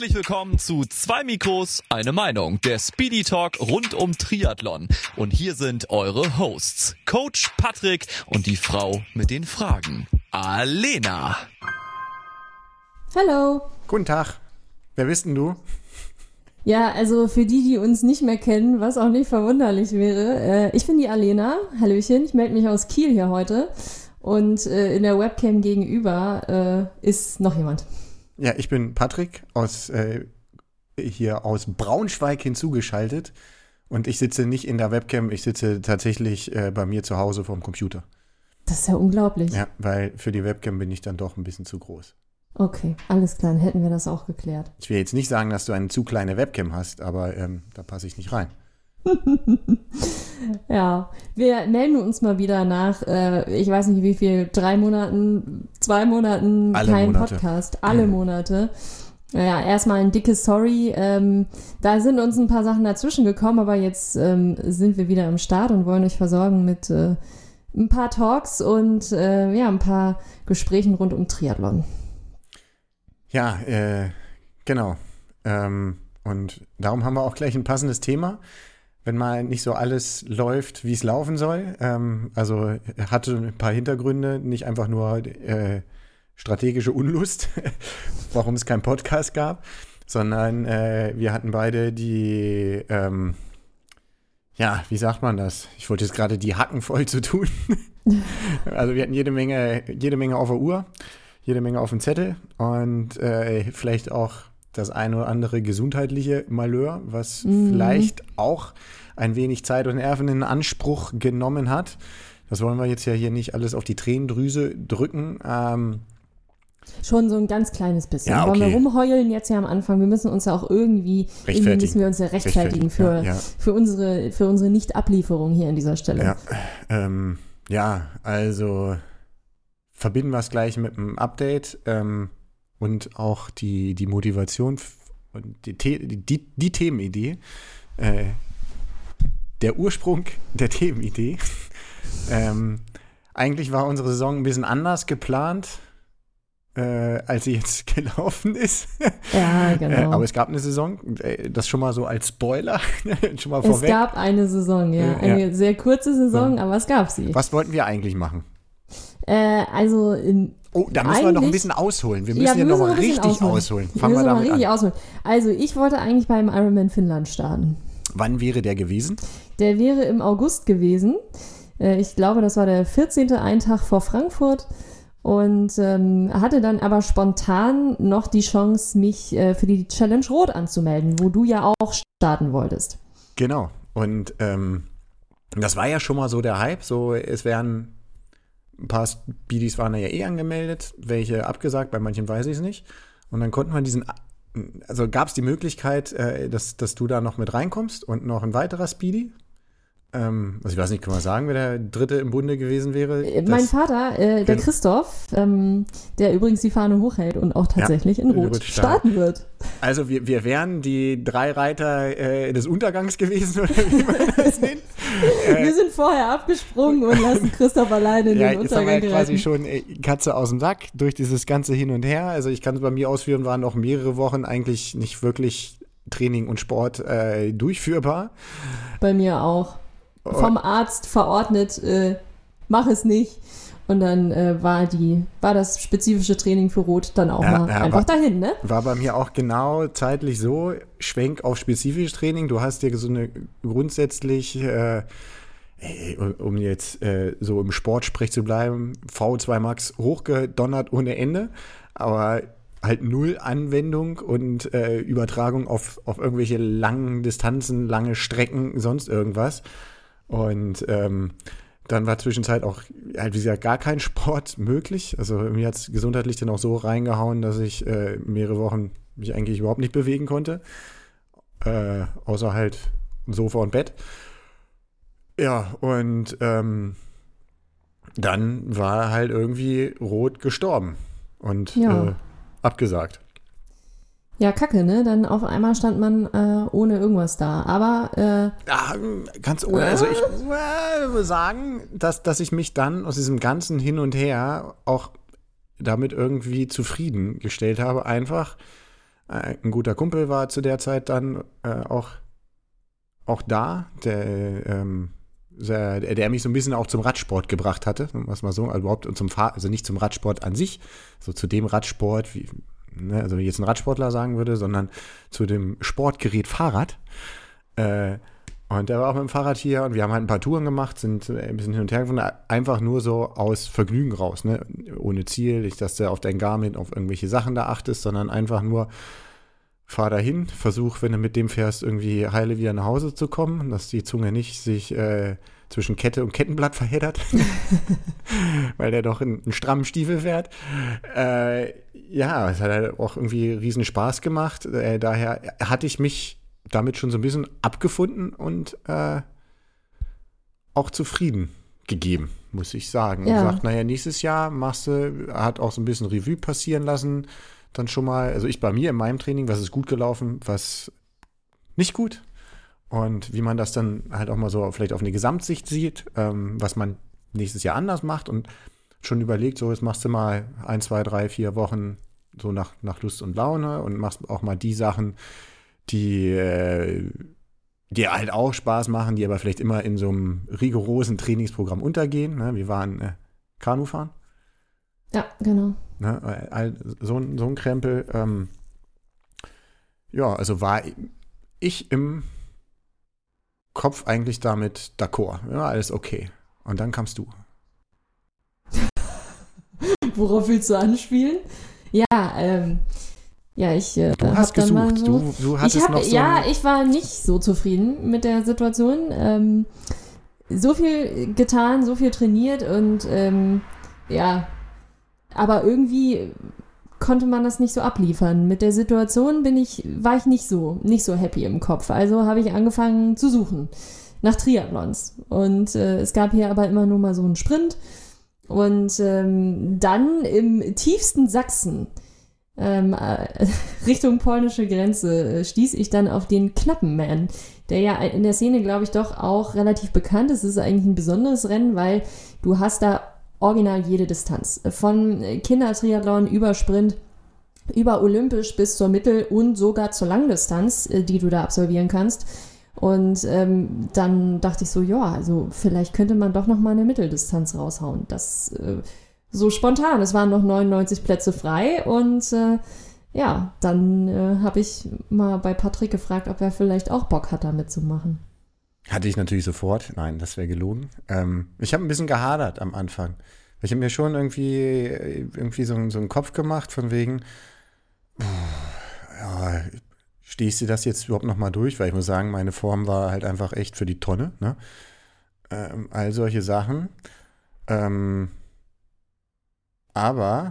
Herzlich willkommen zu zwei Mikros, eine Meinung, der Speedy Talk rund um Triathlon. Und hier sind eure Hosts, Coach Patrick und die Frau mit den Fragen, Alena. Hallo. Guten Tag. Wer bist denn du? Ja, also für die uns nicht mehr kennen, was auch nicht verwunderlich wäre, ich bin die Alena. Hallöchen, ich melde mich aus Kiel hier heute. Und in der Webcam gegenüber ist noch jemand. Ja, ich bin Patrick hier aus Braunschweig hinzugeschaltet. Und ich sitze nicht in der Webcam, ich sitze tatsächlich bei mir zu Hause vorm Computer. Das ist ja unglaublich. Ja, weil für die Webcam bin ich dann doch ein bisschen zu groß. Okay, alles klar, dann hätten wir das auch geklärt. Ich will jetzt nicht sagen, dass du eine zu kleine Webcam hast, aber da passe ich nicht rein. Ja, wir melden uns mal wieder nach, ich weiß nicht wie viel, 3 Monaten, 2 Monaten, kein Podcast, alle Monate. Ja, erstmal ein dickes Sorry. Da sind uns ein paar Sachen dazwischen gekommen, aber jetzt sind wir wieder am Start und wollen euch versorgen mit ein paar Talks und ein paar Gesprächen rund um Triathlon. Ja, genau. Und darum haben wir auch gleich ein passendes Thema. Wenn mal nicht so alles läuft, wie es laufen soll. Also hatte ein paar Hintergründe, nicht einfach nur strategische Unlust, warum es keinen Podcast gab, sondern wir hatten beide die, wie sagt man das? Ich wollte jetzt gerade die Hacken voll zu tun. Also wir hatten jede Menge auf der Uhr, jede Menge auf dem Zettel und vielleicht auch das eine oder andere gesundheitliche Malheur, was vielleicht auch ein wenig Zeit und Nerven in Anspruch genommen hat. Das wollen wir jetzt ja hier nicht alles auf die Tränendrüse drücken. Schon so ein ganz kleines bisschen. Ja, okay. Wollen wir rumheulen jetzt ja am Anfang? Wir müssen uns ja auch irgendwie müssen wir uns ja rechtfertigen für unsere Nicht-Ablieferung hier an dieser Stelle. Ja, also verbinden wir es gleich mit einem Update und auch die Motivation und die Themenidee, der Ursprung der Themenidee. Eigentlich war unsere Saison ein bisschen anders geplant, als sie jetzt gelaufen ist. Ja, genau. Aber es gab eine Saison, das schon mal so als Spoiler, schon mal es vorweg. Es gab eine Saison, ja. Eine sehr kurze Saison, aber es gab sie. Was wollten wir eigentlich machen? Da müssen wir noch ein bisschen ausholen. Wir müssen noch mal richtig ausholen. Fangen wir damit an. Also ich wollte eigentlich beim Ironman Finnland starten. Wann wäre der gewesen? Der wäre im August gewesen. Ich glaube, das war der 14. einen Tag vor Frankfurt. Und hatte dann aber spontan noch die Chance, mich für die Challenge Rot anzumelden, wo du ja auch starten wolltest. Genau. Und das war ja schon mal so der Hype. So, es wären ein paar Speedies waren ja angemeldet, welche abgesagt, bei manchen weiß ich es nicht. Und dann konnten wir gab es die Möglichkeit, dass du da noch mit reinkommst und noch ein weiterer Speedy. Also ich weiß nicht, kann man sagen, wer der Dritte im Bunde gewesen wäre? Mein Vater, der Christoph, der übrigens die Fahne hochhält und auch tatsächlich in Rot starten wird. Also wir wären die 3 Reiter des Untergangs gewesen, oder wie man das nennt. Wir sind vorher abgesprungen und lassen Christoph alleine in den Untergang jetzt haben wir quasi retten. schon Katze aus dem Sack durch dieses ganze Hin und Her. Also ich kann es bei mir ausführen, waren auch mehrere Wochen eigentlich nicht wirklich Training und Sport durchführbar. Bei mir auch. Vom Arzt verordnet, mach es nicht. Und dann war das spezifische Training für Rot dann auch dahin, ne? War bei mir auch genau zeitlich so, Schwenk auf spezifisches Training. Du hast dir so eine grundsätzlich, um jetzt so im Sportsprech zu bleiben, V2 Max hochgedonnert ohne Ende, aber halt 0 Anwendung und Übertragung auf irgendwelche langen Distanzen, lange Strecken, sonst irgendwas. Und dann war zwischenzeit auch, halt wie gesagt, gar kein Sport möglich. Also mir hat es gesundheitlich dann auch so reingehauen, dass ich mehrere Wochen mich eigentlich überhaupt nicht bewegen konnte. Außer halt Sofa und Bett. Ja, und dann war halt irgendwie Rot gestorben und abgesagt. Ja, kacke, ne? Dann auf einmal stand man ohne irgendwas da. Aber ganz ohne. Also ich würde sagen, dass ich mich dann aus diesem ganzen Hin und Her auch damit irgendwie zufriedengestellt habe. Einfach, Ein guter Kumpel war zu der Zeit dann auch da, der mich so ein bisschen auch zum Radsport gebracht hatte, was mal so, also überhaupt also nicht zum Radsport an sich, so zu dem Radsport, also wie jetzt ein Radsportler sagen würde, sondern zu dem Sportgerät Fahrrad. Und der war auch mit dem Fahrrad hier und wir haben halt ein paar Touren gemacht, sind ein bisschen hin und her gefahren, einfach nur so aus Vergnügen raus, ne? Ohne Ziel, nicht, dass du auf dein Garmin auf irgendwelche Sachen da achtest, sondern einfach nur fahr dahin, versuch, wenn du mit dem fährst, irgendwie heile wieder nach Hause zu kommen, dass die Zunge nicht sich zwischen Kette und Kettenblatt verheddert, weil der doch einen strammen Stiefel fährt. Ja, es hat halt auch irgendwie riesen Spaß gemacht. Daher hatte ich mich damit schon so ein bisschen abgefunden und auch zufrieden gegeben, muss ich sagen. Ja. Und sagt, naja, nächstes Jahr hat auch so ein bisschen Revue passieren lassen, dann schon mal, also ich bei mir in meinem Training, was ist gut gelaufen, was nicht gut und wie man das dann halt auch mal so vielleicht auf eine Gesamtsicht sieht, was man nächstes Jahr anders macht und schon überlegt, so jetzt machst du mal 1, 2, 3, 4 Wochen so nach Lust und Laune und machst auch mal die Sachen, die dir halt auch Spaß machen, die aber vielleicht immer in so einem rigorosen Trainingsprogramm untergehen. Ne? Wir waren Kanufahren. Ja, genau. Ne? So ein Krempel. Ja, also war ich im Kopf eigentlich damit d'accord. Ja, alles okay. Und dann kamst du. Worauf willst du anspielen? Ja, ich du hast gesucht. So, du hattest noch so. Ja, ich war nicht so zufrieden mit der Situation. So viel getan, so viel trainiert und aber irgendwie konnte man das nicht so abliefern. Mit der Situation war ich nicht so happy im Kopf. Also habe ich angefangen zu suchen nach Triathlons. Und es gab hier aber immer nur mal so einen Sprint. Und dann im tiefsten Sachsen, Richtung polnische Grenze, stieß ich dann auf den Knappenman, der ja in der Szene, glaube ich, doch auch relativ bekannt ist. Es ist eigentlich ein besonderes Rennen, weil du hast da original jede Distanz. Von Kindertriathlon über Sprint, über Olympisch bis zur Mittel- und sogar zur Langdistanz, die du da absolvieren kannst. Und dann dachte ich so, ja, also vielleicht könnte man doch noch mal eine Mitteldistanz raushauen. Das so spontan. Es waren noch 99 Plätze frei und dann habe ich mal bei Patrick gefragt, ob er vielleicht auch Bock hat, da mitzumachen. Hatte ich natürlich sofort. Nein, das wäre gelogen. Ich habe ein bisschen gehadert am Anfang. Ich habe mir schon irgendwie so einen Kopf gemacht von wegen, stehst du das jetzt überhaupt noch mal durch? Weil ich muss sagen, meine Form war halt einfach echt für die Tonne. Ne? All solche Sachen. Aber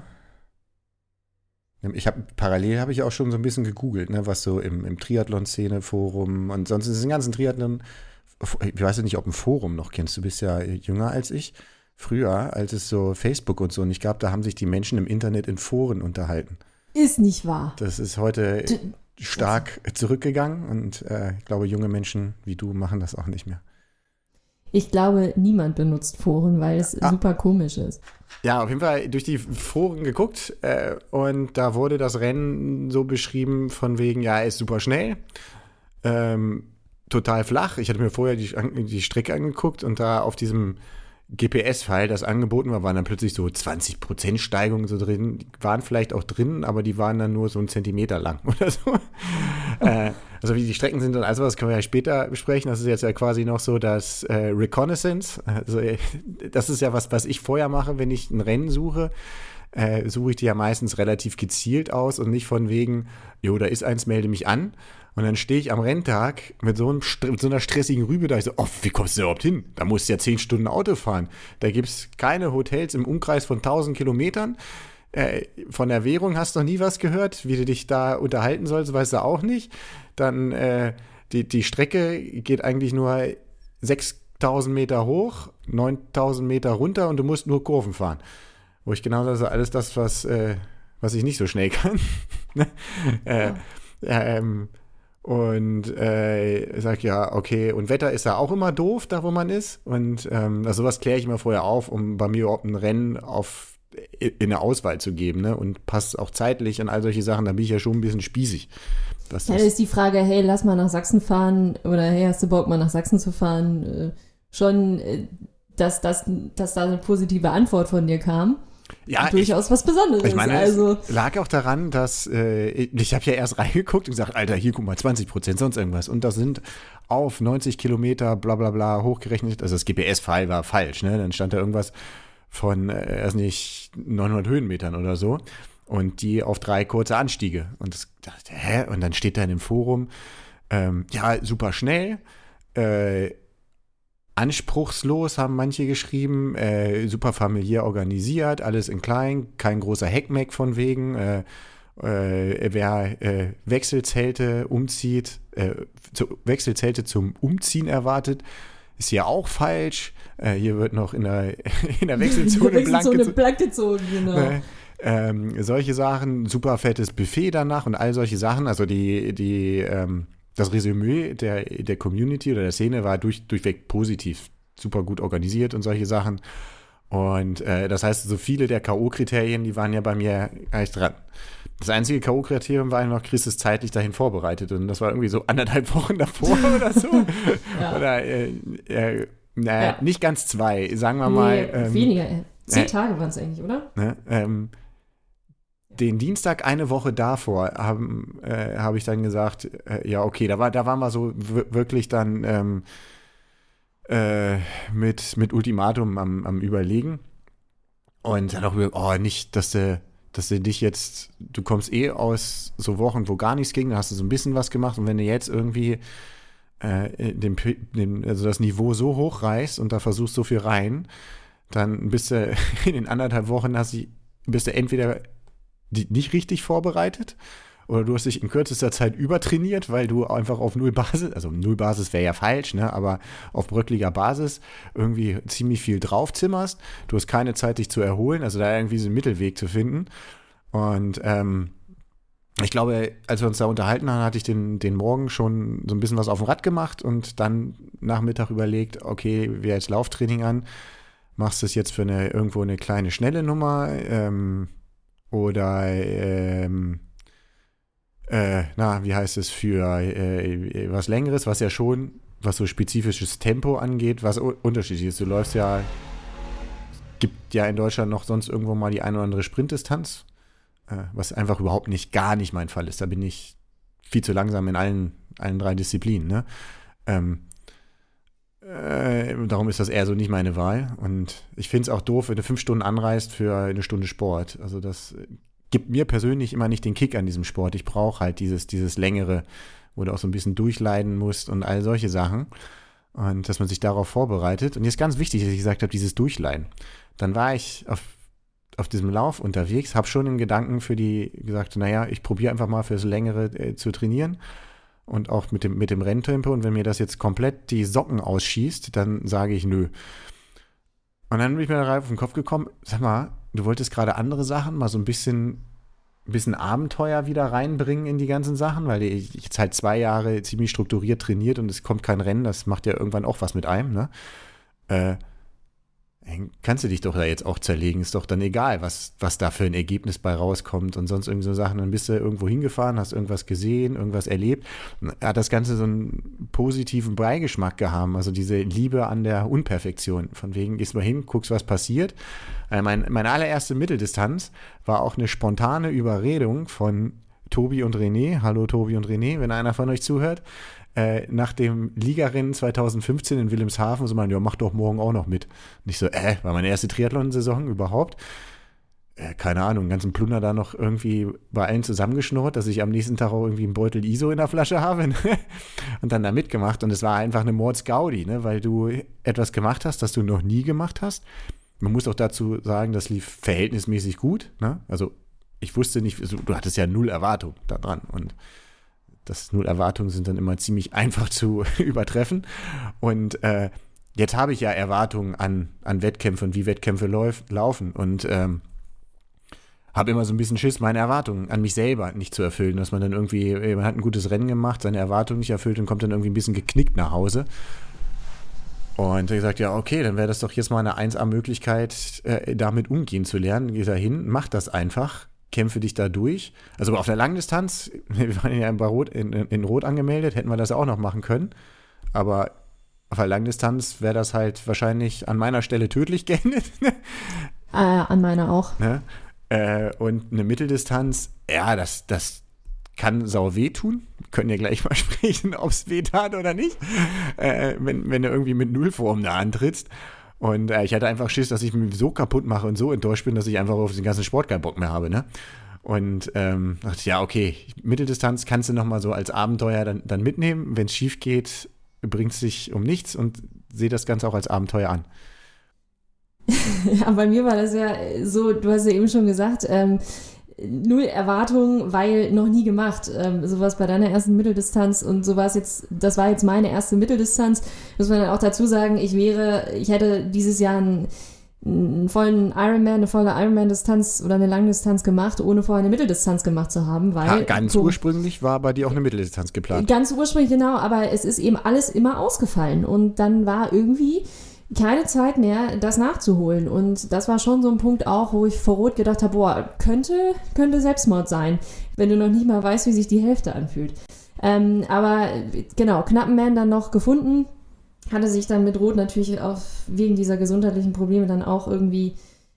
parallel habe ich auch schon so ein bisschen gegoogelt, ne, was so im Triathlon-Szene-Forum und sonst ist den ganzen Triathlon, ich weiß ja nicht, ob ein Forum noch kennst, du bist ja jünger als ich. Früher, als es so Facebook und so nicht gab, da haben sich die Menschen im Internet in Foren unterhalten. Ist nicht wahr. Das ist heute stark zurückgegangen und ich glaube, junge Menschen wie du machen das auch nicht mehr. Ich glaube, niemand benutzt Foren, weil es super komisch ist. Ja, auf jeden Fall durch die Foren geguckt und da wurde das Rennen so beschrieben von wegen, ja, er ist super schnell, total flach. Ich hatte mir vorher die Strecke angeguckt und da auf diesem GPS-File, das angeboten war, waren dann plötzlich so 20% Steigungen so drin. Die waren vielleicht auch drin, aber die waren dann nur so 1 Zentimeter lang oder so. Also wie die Strecken sind und alles was, können wir ja später besprechen. Das ist jetzt ja quasi noch so das Reconnaissance. Also das ist ja was ich vorher mache, wenn ich ein Rennen suche. Suche ich die ja meistens relativ gezielt aus und nicht von wegen, jo, da ist eins, melde mich an. Und dann stehe ich am Renntag mit so einer stressigen Rübe da. Ich so, wie kommst du überhaupt hin? Da musst du ja 10 Stunden Auto fahren. Da gibt es keine Hotels im Umkreis von 1000 Kilometern. Von der Währung hast du noch nie was gehört. Wie du dich da unterhalten sollst, weißt du auch nicht. Dann die Strecke geht eigentlich nur 6000 Meter hoch, 9000 Meter runter und du musst nur Kurven fahren. Wo ich genau sage, alles das, was ich nicht so schnell kann. Und sag ja, okay, und Wetter ist ja auch immer doof, da wo man ist. Und also sowas kläre ich immer vorher auf, um bei mir überhaupt ein Rennen auf in eine Auswahl zu geben, ne? Und passt auch zeitlich und all solche Sachen, da bin ich ja schon ein bisschen spießig. Da ist die Frage, hey, lass mal nach Sachsen fahren oder hey, hast du Bock, mal nach Sachsen zu fahren? Dass da eine positive Antwort von dir kam. Ja, durchaus was Besonderes. Ich meine, es lag auch daran, dass ich habe ja erst reingeguckt und gesagt, Alter, hier guck mal, 20%, sonst irgendwas. Und das sind auf 90 Kilometer, bla bla bla, hochgerechnet. Also das GPS-File war falsch, ne? Dann stand da irgendwas von, 900 Höhenmetern oder so. Und die auf 3 kurze Anstiege. Und das dachte, hä? Und dann steht da in dem Forum, ja, super schnell, anspruchslos, haben manche geschrieben, super familiär organisiert, alles in klein, kein großer Heckmeck von wegen, wer Wechselzelte zum Umziehen erwartet, ist ja auch falsch. Hier wird noch in der Wechselzone blank gezogen, genau. Solche Sachen, super fettes Buffet danach und all solche Sachen, also das Resümee der Community oder der Szene war durchweg positiv, super gut organisiert und solche Sachen. Und das heißt, so viele der K.O.-Kriterien, die waren ja bei mir gar nicht dran. Das einzige K.O.-Kriterium war noch, Chris ist zeitlich dahin vorbereitet. Und das war irgendwie so 1,5 Wochen davor oder so. Ja. Oder, nicht ganz 2, sagen wir mal. Weniger, 10 Tage waren es eigentlich, oder? Den Dienstag eine Woche davor habe ich dann gesagt, ja, okay, da waren wir so wirklich dann mit Ultimatum am Überlegen. Und dann auch nicht, dass du dich jetzt, du kommst aus so Wochen, wo gar nichts ging, da hast du so ein bisschen was gemacht. Und wenn du jetzt irgendwie also das Niveau so hoch reißt und da versuchst so viel rein, dann bist du in den 1,5 Wochen bist du entweder nicht richtig vorbereitet oder du hast dich in kürzester Zeit übertrainiert, weil du einfach auf Nullbasis, also Nullbasis wäre ja falsch, ne, aber auf bröckliger Basis irgendwie ziemlich viel draufzimmerst. Du hast keine Zeit, dich zu erholen, also da irgendwie so einen Mittelweg zu finden. Und ich glaube, als wir uns da unterhalten haben, hatte ich den Morgen schon so ein bisschen was auf dem Rad gemacht und dann Nachmittag überlegt, okay, wir jetzt Lauftraining an, machst du es jetzt für irgendwo eine kleine, schnelle Nummer, oder, wie heißt es, für was Längeres, was ja schon, was so spezifisches Tempo angeht, was unterschiedlich ist. Du läufst ja, gibt ja in Deutschland noch sonst irgendwo mal die eine oder andere Sprintdistanz, was einfach gar nicht mein Fall ist. Da bin ich viel zu langsam in allen 3 Disziplinen, ne? Darum ist das eher so nicht meine Wahl. Und ich finde es auch doof, wenn du 5 Stunden anreist für eine Stunde Sport. Also das gibt mir persönlich immer nicht den Kick an diesem Sport. Ich brauche halt dieses Längere, wo du auch so ein bisschen durchleiden musst und all solche Sachen. Und dass man sich darauf vorbereitet. Und jetzt ganz wichtig, dass ich gesagt habe, dieses Durchleiden. Dann war ich auf diesem Lauf unterwegs, habe schon den Gedanken gesagt, naja, ich probiere einfach mal fürs Längere zu trainieren. Und auch mit dem Renntempo. Und wenn mir das jetzt komplett die Socken ausschießt, dann sage ich nö. Und dann bin ich mir da auf den Kopf gekommen, sag mal, du wolltest gerade andere Sachen, mal so ein bisschen Abenteuer wieder reinbringen in die ganzen Sachen, weil ich jetzt halt 2 Jahre ziemlich strukturiert trainiert und es kommt kein Rennen, das macht ja irgendwann auch was mit einem, ne? Kannst du dich doch da jetzt auch zerlegen, ist doch dann egal, was da für ein Ergebnis bei rauskommt und sonst irgendwie so Sachen. Dann bist du irgendwo hingefahren, hast irgendwas gesehen, irgendwas erlebt. Hat das Ganze so einen positiven Beigeschmack gehabt, also diese Liebe an der Unperfektion. Von wegen, gehst mal hin, guckst, was passiert. Meine allererste Mitteldistanz war auch eine spontane Überredung von Tobi und René. Hallo Tobi und René, wenn einer von euch zuhört. Nach dem Ligarennen 2015 in Wilhelmshaven so meinen, ja, mach doch morgen auch noch mit. Und ich so, war meine erste Triathlon-Saison überhaupt. Keine Ahnung, einen ganzen Plunder da noch irgendwie bei allen zusammengeschnurrt, dass ich am nächsten Tag auch irgendwie einen Beutel ISO in der Flasche habe. Und dann da mitgemacht. Und es war einfach eine Mordsgaudi, ne? Weil du etwas gemacht hast, das du noch nie gemacht hast. Man muss auch dazu sagen, das lief verhältnismäßig gut, ne? Also ich wusste nicht, du hattest ja 0 Erwartung da dran. Und 0 Erwartungen sind dann immer ziemlich einfach zu übertreffen. Und jetzt habe ich ja Erwartungen an Wettkämpfe und wie Wettkämpfe laufen. Und habe immer so ein bisschen Schiss, meine Erwartungen an mich selber nicht zu erfüllen. Dass man dann irgendwie, man hat ein gutes Rennen gemacht, seine Erwartungen nicht erfüllt und kommt dann irgendwie ein bisschen geknickt nach Hause. Und er gesagt, ja, okay, dann wäre das doch jetzt mal eine 1A-Möglichkeit, damit umgehen zu lernen. Geh da hin, mach das einfach, kämpfe dich da durch. Also auf der Langdistanz, wir waren ja in Rot angemeldet, hätten wir das auch noch machen können. Aber auf der Langdistanz wäre das halt wahrscheinlich an meiner Stelle tödlich geendet. An meiner auch. Ne? Und eine Mitteldistanz, ja, das kann sau wehtun. Können ja gleich mal sprechen, ob es weh tat oder nicht. Wenn du irgendwie mit Nullform da antrittst. Und ich hatte einfach Schiss, dass ich mich so kaputt mache und so enttäuscht bin, dass ich einfach auf den ganzen Sport keinen Bock mehr habe. Ne? Und dachte ich, ja, okay, Mitteldistanz kannst du nochmal so als Abenteuer dann mitnehmen. Wenn es schief geht, bringt es dich um nichts und sehe das Ganze auch als Abenteuer an. Ja, bei mir war das ja so, du hast ja eben schon gesagt, null Erwartungen, weil noch nie gemacht. Sowas bei deiner ersten Mitteldistanz und sowas jetzt, das war jetzt meine erste Mitteldistanz. Muss man dann auch dazu sagen, ich hätte dieses Jahr einen vollen Ironman, eine volle Ironman-Distanz oder eine Langdistanz gemacht, ohne vorher eine Mitteldistanz gemacht zu haben, weil... Ja, ganz ursprünglich war bei dir auch eine Mitteldistanz geplant. Ganz ursprünglich, genau, aber es ist eben alles immer ausgefallen und dann war irgendwie keine Zeit mehr, das nachzuholen. Und das war schon so ein Punkt auch, wo ich vor Rot gedacht habe, boah, könnte Selbstmord sein, wenn du noch nicht mal weißt, wie sich die Hälfte anfühlt. Aber genau, Knappenman dann noch gefunden, hatte sich dann mit Rot natürlich auch wegen dieser gesundheitlichen Probleme dann auch irgendwie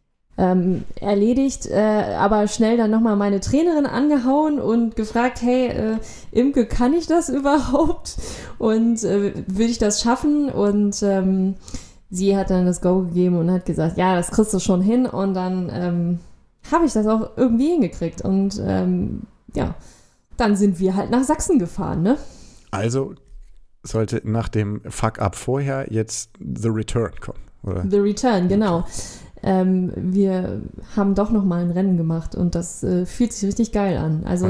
erledigt, aber schnell dann nochmal meine Trainerin angehauen und gefragt, hey, Imke, kann ich das überhaupt? Und will ich das schaffen? Und sie hat dann das Go gegeben und hat gesagt, ja, das kriegst du schon hin. Und dann habe ich das auch irgendwie hingekriegt. Und ja, dann sind wir halt nach Sachsen gefahren, ne? Also sollte nach dem Fuck-up vorher jetzt The Return kommen, oder? The Return, genau. Wir haben doch nochmal ein Rennen gemacht und das fühlt sich richtig geil an. Also,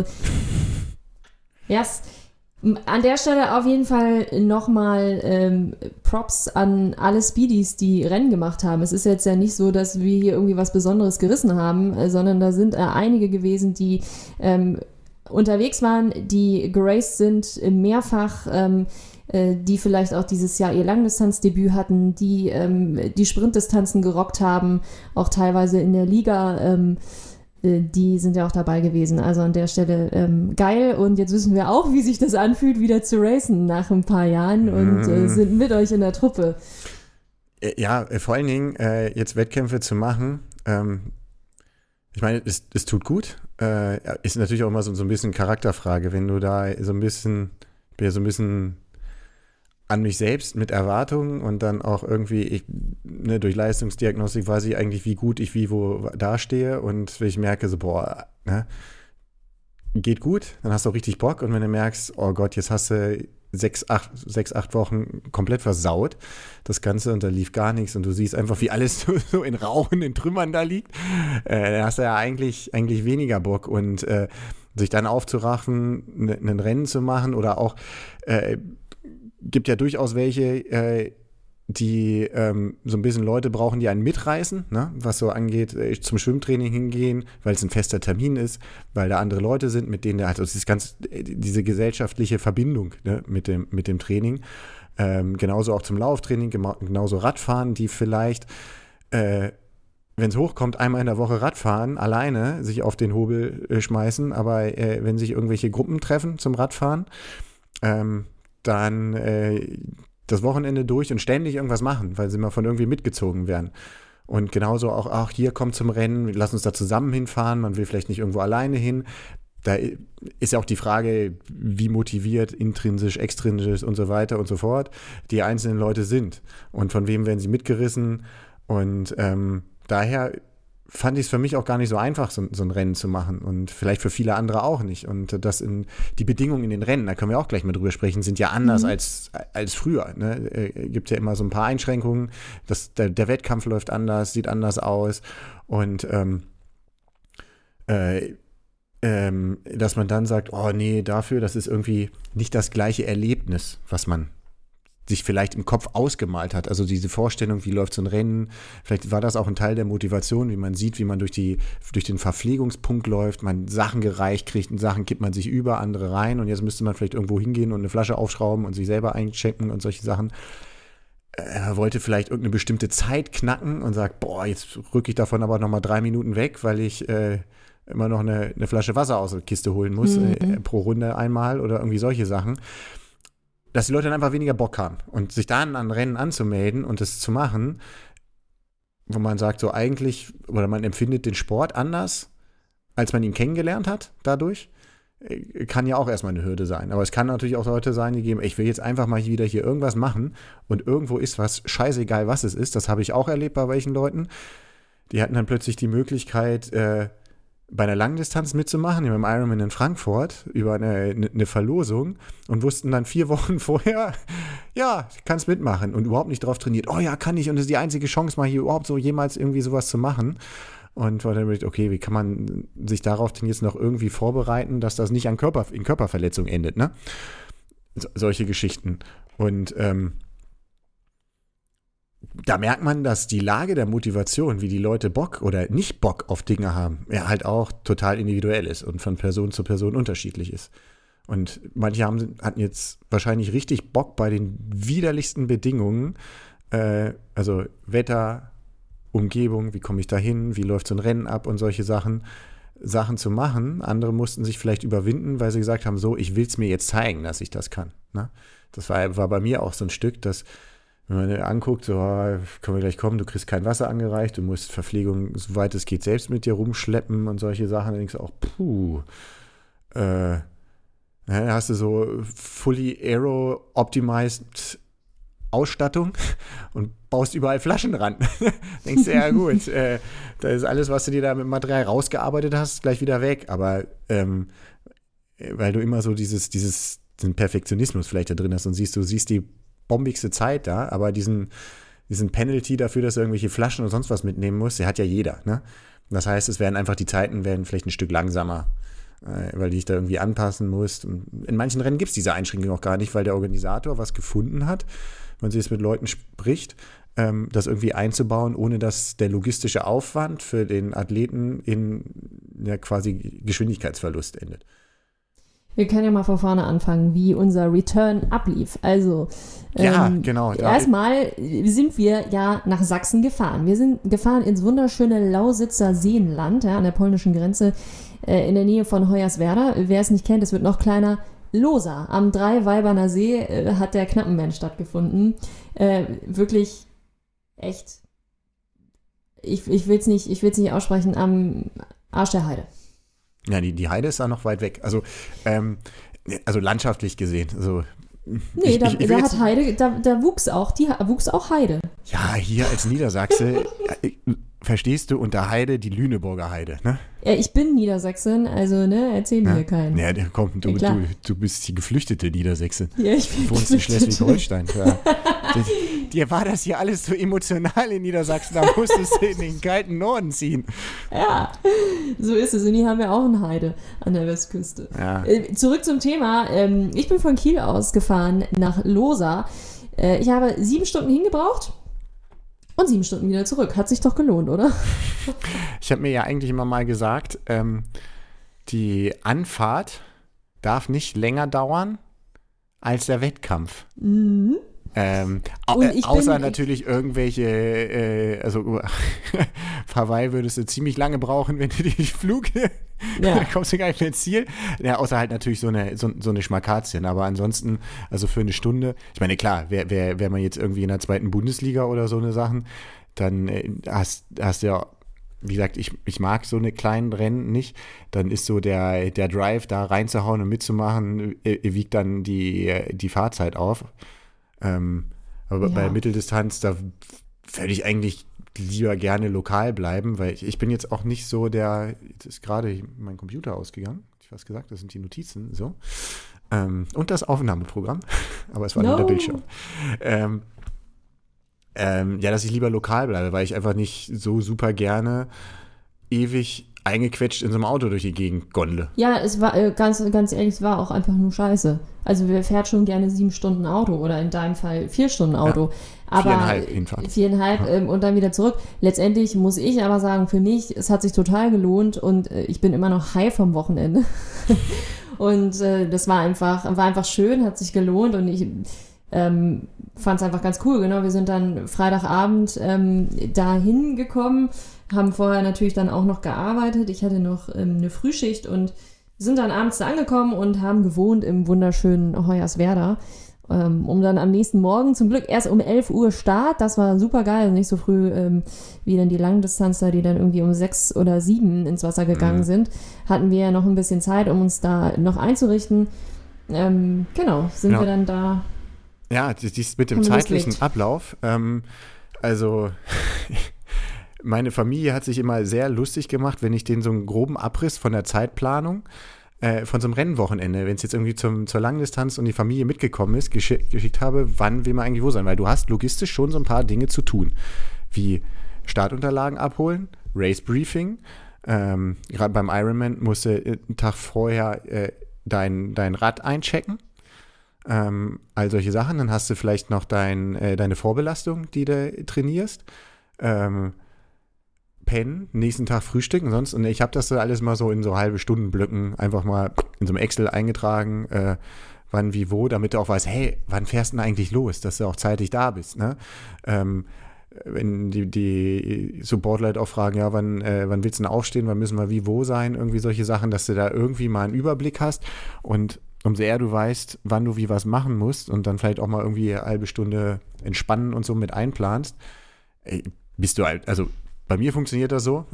yes. An der Stelle auf jeden Fall nochmal Props an alle Speedies, die Rennen gemacht haben. Es ist jetzt ja nicht so, dass wir hier irgendwie was Besonderes gerissen haben, sondern da sind einige gewesen, die unterwegs waren, die geraced sind mehrfach, die vielleicht auch dieses Jahr ihr Langdistanzdebüt hatten, die die Sprintdistanzen gerockt haben, auch teilweise in der Liga, die sind ja auch dabei gewesen. Also an der Stelle geil und jetzt wissen wir auch, wie sich das anfühlt, wieder zu racen nach ein paar Jahren und sind mit euch in der Truppe. Ja, vor allen Dingen jetzt Wettkämpfe zu machen, ich meine, es tut gut, ist natürlich auch immer so ein bisschen Charakterfrage, wenn du da so ein bisschen an mich selbst mit Erwartungen und dann auch irgendwie, durch Leistungsdiagnostik weiß ich eigentlich, wie gut ich wie wo dastehe und wenn ich merke so, boah, ne, geht gut, dann hast du auch richtig Bock und wenn du merkst, oh Gott, jetzt hast du 6-8 Wochen komplett versaut, das Ganze und da lief gar nichts und du siehst einfach, wie alles so in Rauchen, in Trümmern da liegt, dann hast du ja eigentlich weniger Bock und sich dann aufzuraffen, ein Rennen zu machen oder auch gibt ja durchaus welche, die so ein bisschen Leute brauchen, die einen mitreißen, ne? Was so angeht, zum Schwimmtraining hingehen, weil es ein fester Termin ist, weil da andere Leute sind, mit denen also diese gesellschaftliche Verbindung, ne? mit dem Training. Genauso auch zum Lauftraining, genauso Radfahren, die vielleicht, wenn es hochkommt, einmal in der Woche Radfahren, alleine sich auf den Hobel schmeißen, aber wenn sich irgendwelche Gruppen treffen zum Radfahren, dann das Wochenende durch und ständig irgendwas machen, weil sie mal von irgendwie mitgezogen werden. Und genauso auch hier kommt zum Rennen, lass uns da zusammen hinfahren, man will vielleicht nicht irgendwo alleine hin. Da ist ja auch die Frage, wie motiviert, intrinsisch, extrinsisch und so weiter und so fort die einzelnen Leute sind und von wem werden sie mitgerissen. Und daher fand ich es für mich auch gar nicht so einfach, so ein Rennen zu machen und vielleicht für viele andere auch nicht. Und die Bedingungen in den Rennen, da können wir auch gleich mal drüber sprechen, sind ja anders als früher. Ne? Gibt ja immer so ein paar Einschränkungen. Der Wettkampf läuft anders, sieht anders aus und dass man dann sagt, oh nee, das ist irgendwie nicht das gleiche Erlebnis, was man sich vielleicht im Kopf ausgemalt hat. Also diese Vorstellung, wie läuft so ein Rennen, vielleicht war das auch ein Teil der Motivation, wie man sieht, wie man durch den Verpflegungspunkt läuft, man Sachen gereicht kriegt und Sachen kippt man sich über, andere rein und jetzt müsste man vielleicht irgendwo hingehen und eine Flasche aufschrauben und sich selber einchecken und solche Sachen. er wollte vielleicht irgendeine bestimmte Zeit knacken und sagt, boah, jetzt rücke ich davon aber nochmal 3 Minuten weg, weil ich immer noch eine Flasche Wasser aus der Kiste holen muss, pro Runde einmal oder irgendwie solche Sachen. Dass die Leute dann einfach weniger Bock haben und sich dann an Rennen anzumelden und das zu machen, wo man sagt, so eigentlich, oder man empfindet den Sport anders, als man ihn kennengelernt hat dadurch, kann ja auch erstmal eine Hürde sein. Aber es kann natürlich auch Leute sein, die geben, ich will jetzt einfach mal wieder hier irgendwas machen und irgendwo ist was, scheißegal was es ist. Das habe ich auch erlebt bei welchen Leuten. Die hatten dann plötzlich die Möglichkeit, bei einer Langdistanz mitzumachen, beim Ironman in Frankfurt, über eine Verlosung und wussten dann 4 Wochen vorher, ja, kannst mitmachen und überhaupt nicht drauf trainiert. Oh ja, kann ich und das ist die einzige Chance, mal hier überhaupt so jemals irgendwie sowas zu machen. Und war dann mit, okay, wie kann man sich darauf denn jetzt noch irgendwie vorbereiten, dass das nicht in Körperverletzung endet, ne? Solche Geschichten. Und da merkt man, dass die Lage der Motivation, wie die Leute Bock oder nicht Bock auf Dinge haben, ja halt auch total individuell ist und von Person zu Person unterschiedlich ist. Und manche hatten jetzt wahrscheinlich richtig Bock bei den widerlichsten Bedingungen, also Wetter, Umgebung, wie komme ich da hin, wie läuft so ein Rennen ab und solche Sachen zu machen. Andere mussten sich vielleicht überwinden, weil sie gesagt haben, so, ich will es mir jetzt zeigen, dass ich das kann. Ne? Das war bei mir auch so ein Stück, dass, wenn man anguckt, so, können wir gleich kommen, du kriegst kein Wasser angereicht, du musst Verpflegung, soweit es geht, selbst mit dir rumschleppen und solche Sachen. Dann denkst du auch, da hast du so fully aero-optimized Ausstattung und baust überall Flaschen ran. Denkst du, ja gut, da ist alles, was du dir da mit Material rausgearbeitet hast, gleich wieder weg. Aber weil du immer so diesen Perfektionismus vielleicht da drin hast und du siehst die bombigste Zeit da, aber diesen Penalty dafür, dass du irgendwelche Flaschen und sonst was mitnehmen musst, der hat ja jeder. Ne? Das heißt, die Zeiten werden vielleicht ein Stück langsamer, weil du dich da irgendwie anpassen musst. Und in manchen Rennen gibt es diese Einschränkung auch gar nicht, weil der Organisator was gefunden hat, wenn sie jetzt mit Leuten spricht, das irgendwie einzubauen, ohne dass der logistische Aufwand für den Athleten in quasi Geschwindigkeitsverlust endet. Wir können ja mal von vorne anfangen, wie unser Return ablief. Also, genau. Erstmal sind wir ja nach Sachsen gefahren. Wir sind gefahren ins wunderschöne Lausitzer Seenland, ja, an der polnischen Grenze, in der Nähe von Hoyerswerda. Wer es nicht kennt, es wird noch kleiner. Losa, am Dreiweiberner See hat der Knappenmann stattgefunden. Wirklich echt, ich will es nicht aussprechen, am Arsch der Heide. Ja, die Heide ist da noch weit weg. Also landschaftlich gesehen. Also, nee, da wuchs auch Heide. Ja, hier als Niedersachse, verstehst du unter Heide die Lüneburger Heide, ne? Ja, ich bin Niedersachsin, also ne, erzähl mir keinen. Ja, komm, du bist die geflüchtete Niedersächsin. Ja, ich bin Du wohnst in Schleswig-Holstein. Ja. Dir war das hier alles so emotional in Niedersachsen, da musstest du in den kalten Norden ziehen. Ja, so ist es. Und hier haben wir auch eine Heide an der Westküste. Ja. Zurück zum Thema. Ich bin von Kiel aus gefahren nach Losa. Ich habe 7 Stunden hingebraucht. Und 7 Stunden wieder zurück. Hat sich doch gelohnt, oder? Ich habe mir ja eigentlich immer mal gesagt, die Anfahrt darf nicht länger dauern als der Wettkampf. Mhm. Außer natürlich irgendwelche, Hawaii würdest du ziemlich lange brauchen, wenn du den Flug, da kommst du gar nicht mehr ins Ziel. Ja, außer halt natürlich so eine Schmakazien, aber ansonsten, also für eine Stunde, ich meine, klar, wär man jetzt irgendwie in der 2. Bundesliga oder so eine Sachen, dann hast du ja, wie gesagt, ich mag so eine kleinen Rennen nicht, dann ist so der Drive, da reinzuhauen und mitzumachen, wiegt dann die Fahrzeit auf. Aber bei Mitteldistanz, da würde ich eigentlich lieber gerne lokal bleiben, weil ich bin jetzt auch nicht so jetzt ist gerade mein Computer ausgegangen, ich habe gesagt, das sind die Notizen, so. Und das Aufnahmeprogramm, aber es war nur der Bildschirm. Dass ich lieber lokal bleibe, weil ich einfach nicht so super gerne ewig eingequetscht in so einem Auto durch die Gegend gondle. Ja, es war ganz ehrlich, es war auch einfach nur scheiße. Also wer fährt schon gerne 7 Stunden Auto oder in deinem Fall 4 Stunden Auto. Ja, aber 4,5 hinfahren. 4,5 und dann wieder zurück. Letztendlich muss ich aber sagen, für mich, es hat sich total gelohnt und ich bin immer noch high vom Wochenende. Und das war einfach schön, hat sich gelohnt und fand es einfach ganz cool, genau. Wir sind dann Freitagabend dahin gekommen, haben vorher natürlich dann auch noch gearbeitet. Ich hatte noch eine Frühschicht und sind dann abends da angekommen und haben gewohnt im wunderschönen Hoyerswerda. Um dann am nächsten Morgen, zum Glück erst um 11 Uhr Start, das war super geil, also nicht so früh wie dann die Langdistanzler, die dann irgendwie um 6 oder 7 ins Wasser gegangen sind, hatten wir ja noch ein bisschen Zeit, um uns da noch einzurichten. Genau, sind wir dann da. Ja, dies mit dem zeitlichen Ablauf, also meine Familie hat sich immer sehr lustig gemacht, wenn ich denen so einen groben Abriss von der Zeitplanung von so einem Rennwochenende, wenn es jetzt irgendwie zur Langdistanz und die Familie mitgekommen ist, geschickt habe, wann will man eigentlich wo sein, weil du hast logistisch schon so ein paar Dinge zu tun, wie Startunterlagen abholen, Race Briefing, gerade beim Ironman musst du einen Tag vorher dein Rad einchecken, all solche Sachen, dann hast du vielleicht noch deine Vorbelastung, die du trainierst, pennen, nächsten Tag frühstücken sonst. Und ich habe das so alles mal so in so halbe Stundenblöcken einfach mal in so einem Excel eingetragen, wann, wie, wo, damit du auch weißt, hey, wann fährst du denn eigentlich los, dass du auch zeitig da bist, ne? Wenn die Supportleute auch fragen, ja, wann willst du denn aufstehen, wann müssen wir wie, wo sein, irgendwie solche Sachen, dass du da irgendwie mal einen Überblick hast und umso eher du weißt, wann du wie was machen musst und dann vielleicht auch mal irgendwie eine halbe Stunde entspannen und so mit einplanst, bist du halt, also bei mir funktioniert das so,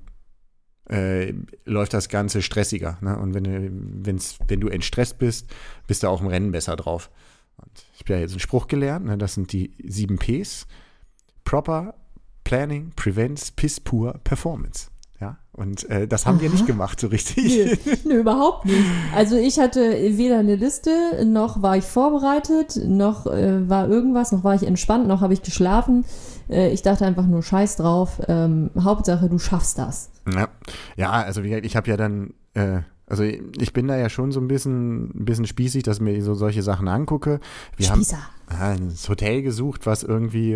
läuft das Ganze stressiger. Ne? Und wenn du entstresst bist, bist du auch im Rennen besser drauf. Und ich habe ja jetzt einen Spruch gelernt, ne? Das sind die 7 Ps. Proper, Planning, Prevents, Piss, Poor, Performance. Ja, und das haben wir nicht gemacht so richtig. Nö, überhaupt nicht. Also ich hatte weder eine Liste, noch war ich vorbereitet, noch war irgendwas, noch war ich entspannt, noch habe ich geschlafen. Ich dachte einfach nur Scheiß drauf. Hauptsache, du schaffst das. Ja, also wie gesagt, ich habe ja dann, also ich bin da ja schon so ein bisschen spießig, dass ich mir so solche Sachen angucke. Wir haben das Hotel gesucht, was irgendwie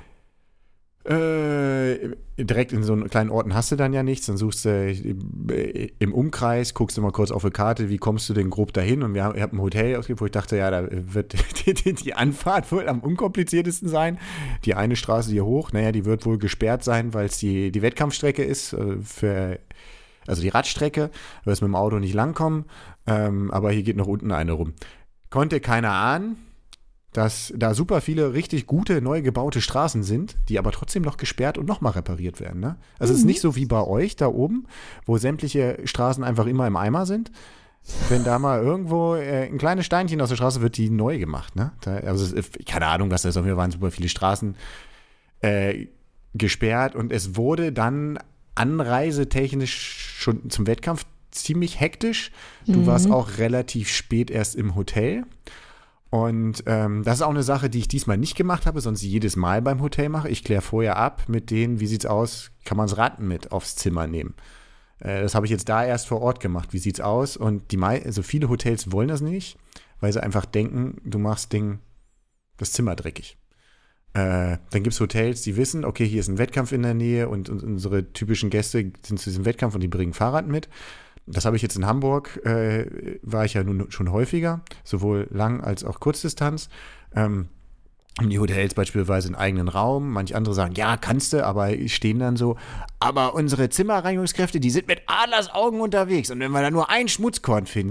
direkt in so einen kleinen Orten hast du dann ja nichts, dann suchst du im Umkreis, guckst du mal kurz auf eine Karte, wie kommst du denn grob dahin, und ich habe ein Hotel ausgegeben, wo ich dachte, ja, da wird die Anfahrt wohl am unkompliziertesten sein. Die eine Straße hier hoch, naja, die wird wohl gesperrt sein, weil es die Wettkampfstrecke ist, also die Radstrecke, weil es mit dem Auto nicht langkommen, aber hier geht noch unten eine rum. Konnte keiner ahnen, dass da super viele richtig gute, neu gebaute Straßen sind, die aber trotzdem noch gesperrt und nochmal repariert werden. Ne? Also es ist nicht so wie bei euch da oben, wo sämtliche Straßen einfach immer im Eimer sind. Wenn da mal irgendwo ein kleines Steinchen aus der Straße wird, die neu gemacht. Ne? Keine Ahnung, was das ist. Wir waren super viele Straßen gesperrt und es wurde dann anreisetechnisch schon zum Wettkampf ziemlich hektisch. Du warst auch relativ spät erst im Hotel. Und das ist auch eine Sache, die ich diesmal nicht gemacht habe, sonst jedes Mal beim Hotel mache. Ich kläre vorher ab mit denen, wie sieht's aus, kann man das Rad mit aufs Zimmer nehmen. Das habe ich jetzt da erst vor Ort gemacht. Wie sieht's aus? Und also viele Hotels wollen das nicht, weil sie einfach denken, du machst das Zimmer dreckig. Dann gibt es Hotels, die wissen, okay, hier ist ein Wettkampf in der Nähe und unsere typischen Gäste sind zu diesem Wettkampf und die bringen Fahrrad mit. Das habe ich jetzt in Hamburg, war ich ja nun schon häufiger, sowohl Lang- als auch Kurzdistanz. Die Hotels beispielsweise einen eigenen Raum, manche andere sagen, ja, kannst du, aber stehen dann so, aber unsere Zimmerreinigungskräfte, die sind mit Adlersaugen unterwegs und wenn wir da nur ein Schmutzkorn finden,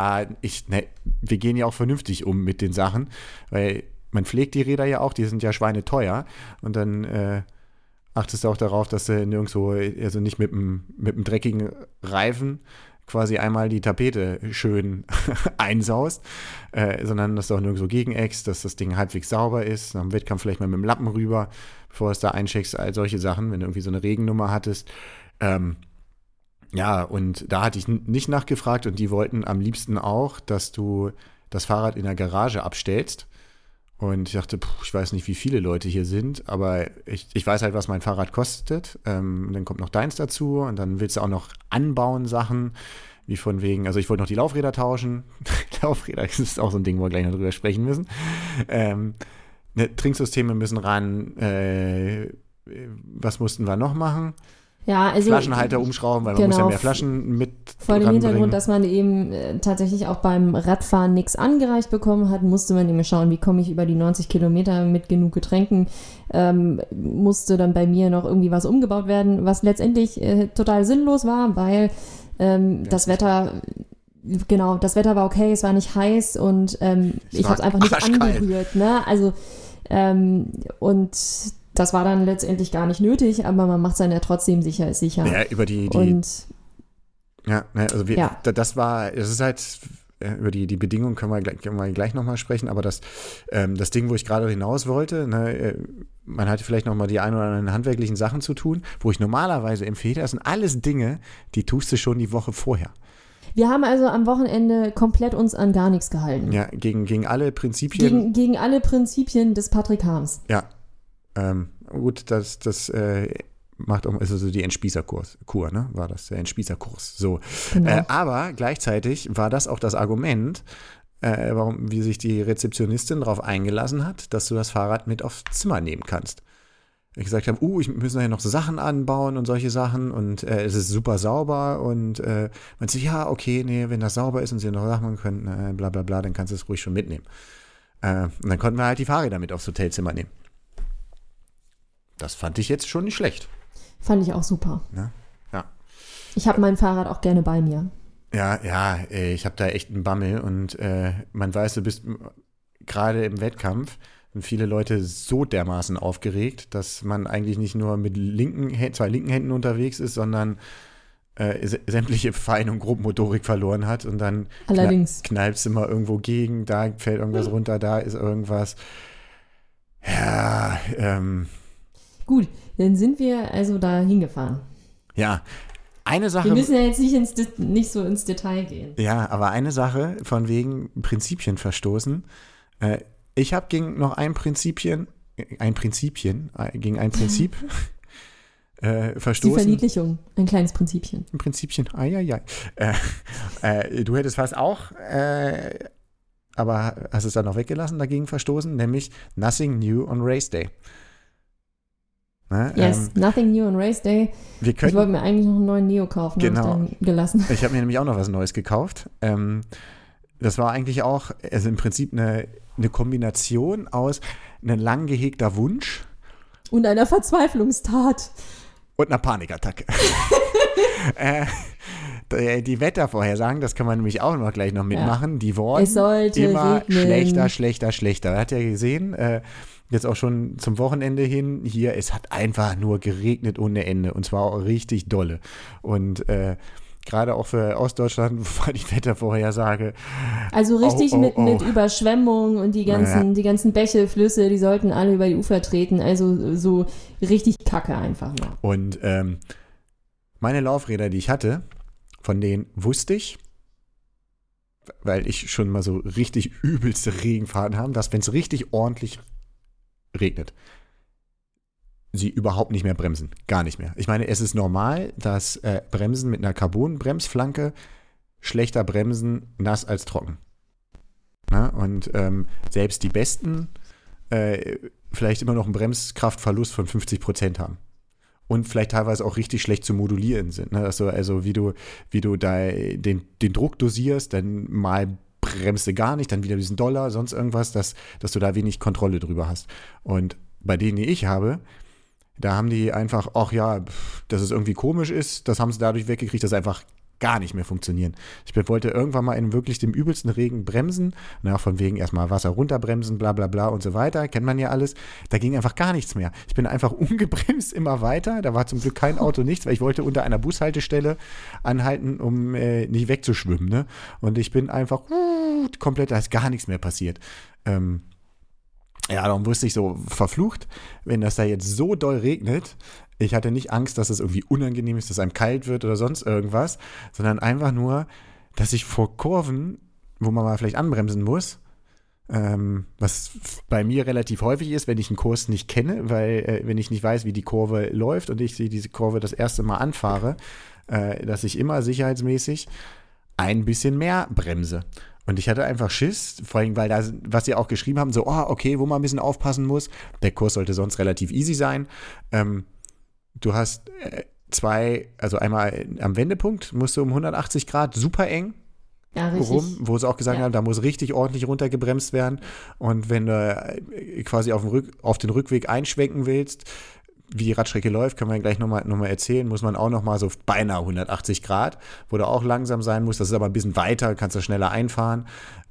wir gehen ja auch vernünftig um mit den Sachen, weil man pflegt die Räder ja auch, die sind ja schweineteuer und dann achtest du auch darauf, dass du nirgendwo, also nicht mit einem dreckigen Reifen quasi einmal die Tapete schön einsaust, sondern dass du auch nirgendwo gegeneckst, dass das Ding halbwegs sauber ist, nach dem Wettkampf vielleicht mal mit dem Lappen rüber, bevor du es da eincheckst, all solche Sachen, wenn du irgendwie so eine Regennummer hattest. Ja, und da hatte ich nicht nachgefragt und die wollten am liebsten auch, dass du das Fahrrad in der Garage abstellst. Und ich dachte, ich weiß nicht, wie viele Leute hier sind, aber ich weiß halt, was mein Fahrrad kostet. Dann kommt noch deins dazu und dann willst du auch noch anbauen Sachen, wie von wegen, also ich wollte noch die Laufräder tauschen. Laufräder, das ist auch so ein Ding, wo wir gleich noch drüber sprechen müssen. Trinksysteme müssen ran. Was mussten wir noch machen? Ja, also Flaschenhalter umschrauben, weil man muss ja mehr Flaschen mit vor dem Hintergrund, dass man eben tatsächlich auch beim Radfahren nichts angereicht bekommen hat, musste man eben schauen, wie komme ich über die 90 Kilometer mit genug Getränken, musste dann bei mir noch irgendwie was umgebaut werden, was letztendlich total sinnlos war, weil das Wetter war okay, es war nicht heiß und ich habe es einfach nicht angerührt, ne? Also und das war dann letztendlich gar nicht nötig, aber man macht es dann ja trotzdem sicher ist sicher. Ja, über die das ist halt, über die Bedingungen können wir gleich nochmal sprechen, aber das Ding, wo ich gerade hinaus wollte, ne, man hatte vielleicht nochmal die ein oder anderen handwerklichen Sachen zu tun, wo ich normalerweise empfehle, das sind alles Dinge, die tust du schon die Woche vorher. Wir haben also am Wochenende komplett uns an gar nichts gehalten. Ja, gegen alle Prinzipien. Gegen alle Prinzipien des Patrick Harms. Ja. Gut, das macht auch, also die Entspießerkur, ne? War das der Entspießerkurs. So. Genau. Aber gleichzeitig war das auch das Argument, wie sich die Rezeptionistin darauf eingelassen hat, dass du das Fahrrad mit aufs Zimmer nehmen kannst. Ich gesagt habe, ich muss nachher noch so Sachen anbauen und solche Sachen und es ist super sauber und man sagt, ja, okay, nee, wenn das sauber ist und sie noch Sachen machen können, bla bla bla, dann kannst du es ruhig schon mitnehmen. Und dann konnten wir halt die Fahrräder mit aufs Hotelzimmer nehmen. Das fand ich jetzt schon nicht schlecht. Fand ich auch super. Ja. Ich habe mein Fahrrad auch gerne bei mir. Ja, ich habe da echt einen Bammel und man weiß, du bist gerade im Wettkampf sind viele Leute so dermaßen aufgeregt, dass man eigentlich nicht nur mit zwei linken Händen unterwegs ist, sondern sämtliche Fein- und Grobmotorik verloren hat und dann knallst du mal irgendwo gegen, da fällt irgendwas runter, da ist irgendwas. Ja, Gut, dann sind wir also da hingefahren. Ja, eine Sache. Wir müssen ja jetzt nicht so ins Detail gehen. Ja, aber eine Sache von wegen Prinzipien verstoßen. Ich habe gegen ein Prinzip verstoßen. Die Verniedlichung, ein kleines Prinzipchen. Ein Prinzipchen, du hättest fast auch, aber hast es dann noch weggelassen, dagegen verstoßen, nämlich Nothing New on Race Day. Yes, Nothing New on Race Day. Ich wollte mir eigentlich noch einen neuen Neo kaufen, genau. Habe ich dann gelassen. Ich habe mir nämlich auch noch was Neues gekauft. Das war eigentlich auch, also im Prinzip eine Kombination aus einem lang gehegter Wunsch und einer Verzweiflungstat. Und einer Panikattacke. Die Wettervorhersagen, das kann man nämlich auch noch gleich noch mitmachen, ja. Die wurden immer regnen. schlechter. Er hat ja gesehen, jetzt auch schon zum Wochenende hin, hier, es hat einfach nur geregnet ohne Ende und zwar auch richtig dolle. Und gerade auch für Ostdeutschland war die Wettervorhersage. Also richtig mit Überschwemmung und die ganzen Bäche, Flüsse, die sollten alle über die Ufer treten. Also so richtig Kacke einfach nur. Und meine Laufräder, die ich hatte, von denen wusste ich, weil ich schon mal so richtig übelste Regenfahrten habe, dass wenn es richtig ordentlich regnet, sie überhaupt nicht mehr bremsen. Gar nicht mehr. Ich meine, es ist normal, dass Bremsen mit einer Carbon-Bremsflanke schlechter bremsen, nass als trocken. Na? Und selbst die besten vielleicht immer noch einen Bremskraftverlust von 50% haben. Und vielleicht teilweise auch richtig schlecht zu modulieren sind. Ne? Also wie du da den Druck dosierst, dann mal bremst du gar nicht, dann wieder diesen Dollar, sonst irgendwas, dass du da wenig Kontrolle drüber hast. Und bei denen, die ich habe, da haben die einfach, dass es irgendwie komisch ist, das haben sie dadurch weggekriegt, dass einfach gar nicht mehr funktionieren. Ich wollte irgendwann mal in wirklich dem übelsten Regen bremsen, von wegen erstmal Wasser runterbremsen, bla bla bla und so weiter, kennt man ja alles. Da ging einfach gar nichts mehr. Ich bin einfach ungebremst immer weiter, da war zum Glück kein Auto, nichts, weil ich wollte unter einer Bushaltestelle anhalten, um nicht wegzuschwimmen. Ne? Und ich bin einfach komplett, da ist gar nichts mehr passiert. Darum wusste ich so, verflucht, wenn das da jetzt so doll regnet, ich hatte nicht Angst, dass es irgendwie unangenehm ist, dass einem kalt wird oder sonst irgendwas, sondern einfach nur, dass ich vor Kurven, wo man mal vielleicht anbremsen muss, was bei mir relativ häufig ist, wenn ich einen Kurs nicht kenne, weil wenn ich nicht weiß, wie die Kurve läuft und ich diese Kurve das erste Mal anfahre, dass ich immer sicherheitsmäßig ein bisschen mehr bremse. Und ich hatte einfach Schiss, vor allem, weil da, was sie auch geschrieben haben, so, okay, wo man ein bisschen aufpassen muss. Der Kurs sollte sonst relativ easy sein. Du hast also einmal am Wendepunkt musst du um 180 Grad super eng rum, wo sie auch gesagt haben, da muss richtig ordentlich runtergebremst werden. Und wenn du quasi auf den Rückweg einschwenken willst, wie die Radstrecke läuft, können wir gleich noch mal erzählen, muss man auch noch mal so beinahe 180 Grad, wo du auch langsam sein musst. Das ist aber ein bisschen weiter, kannst du schneller einfahren.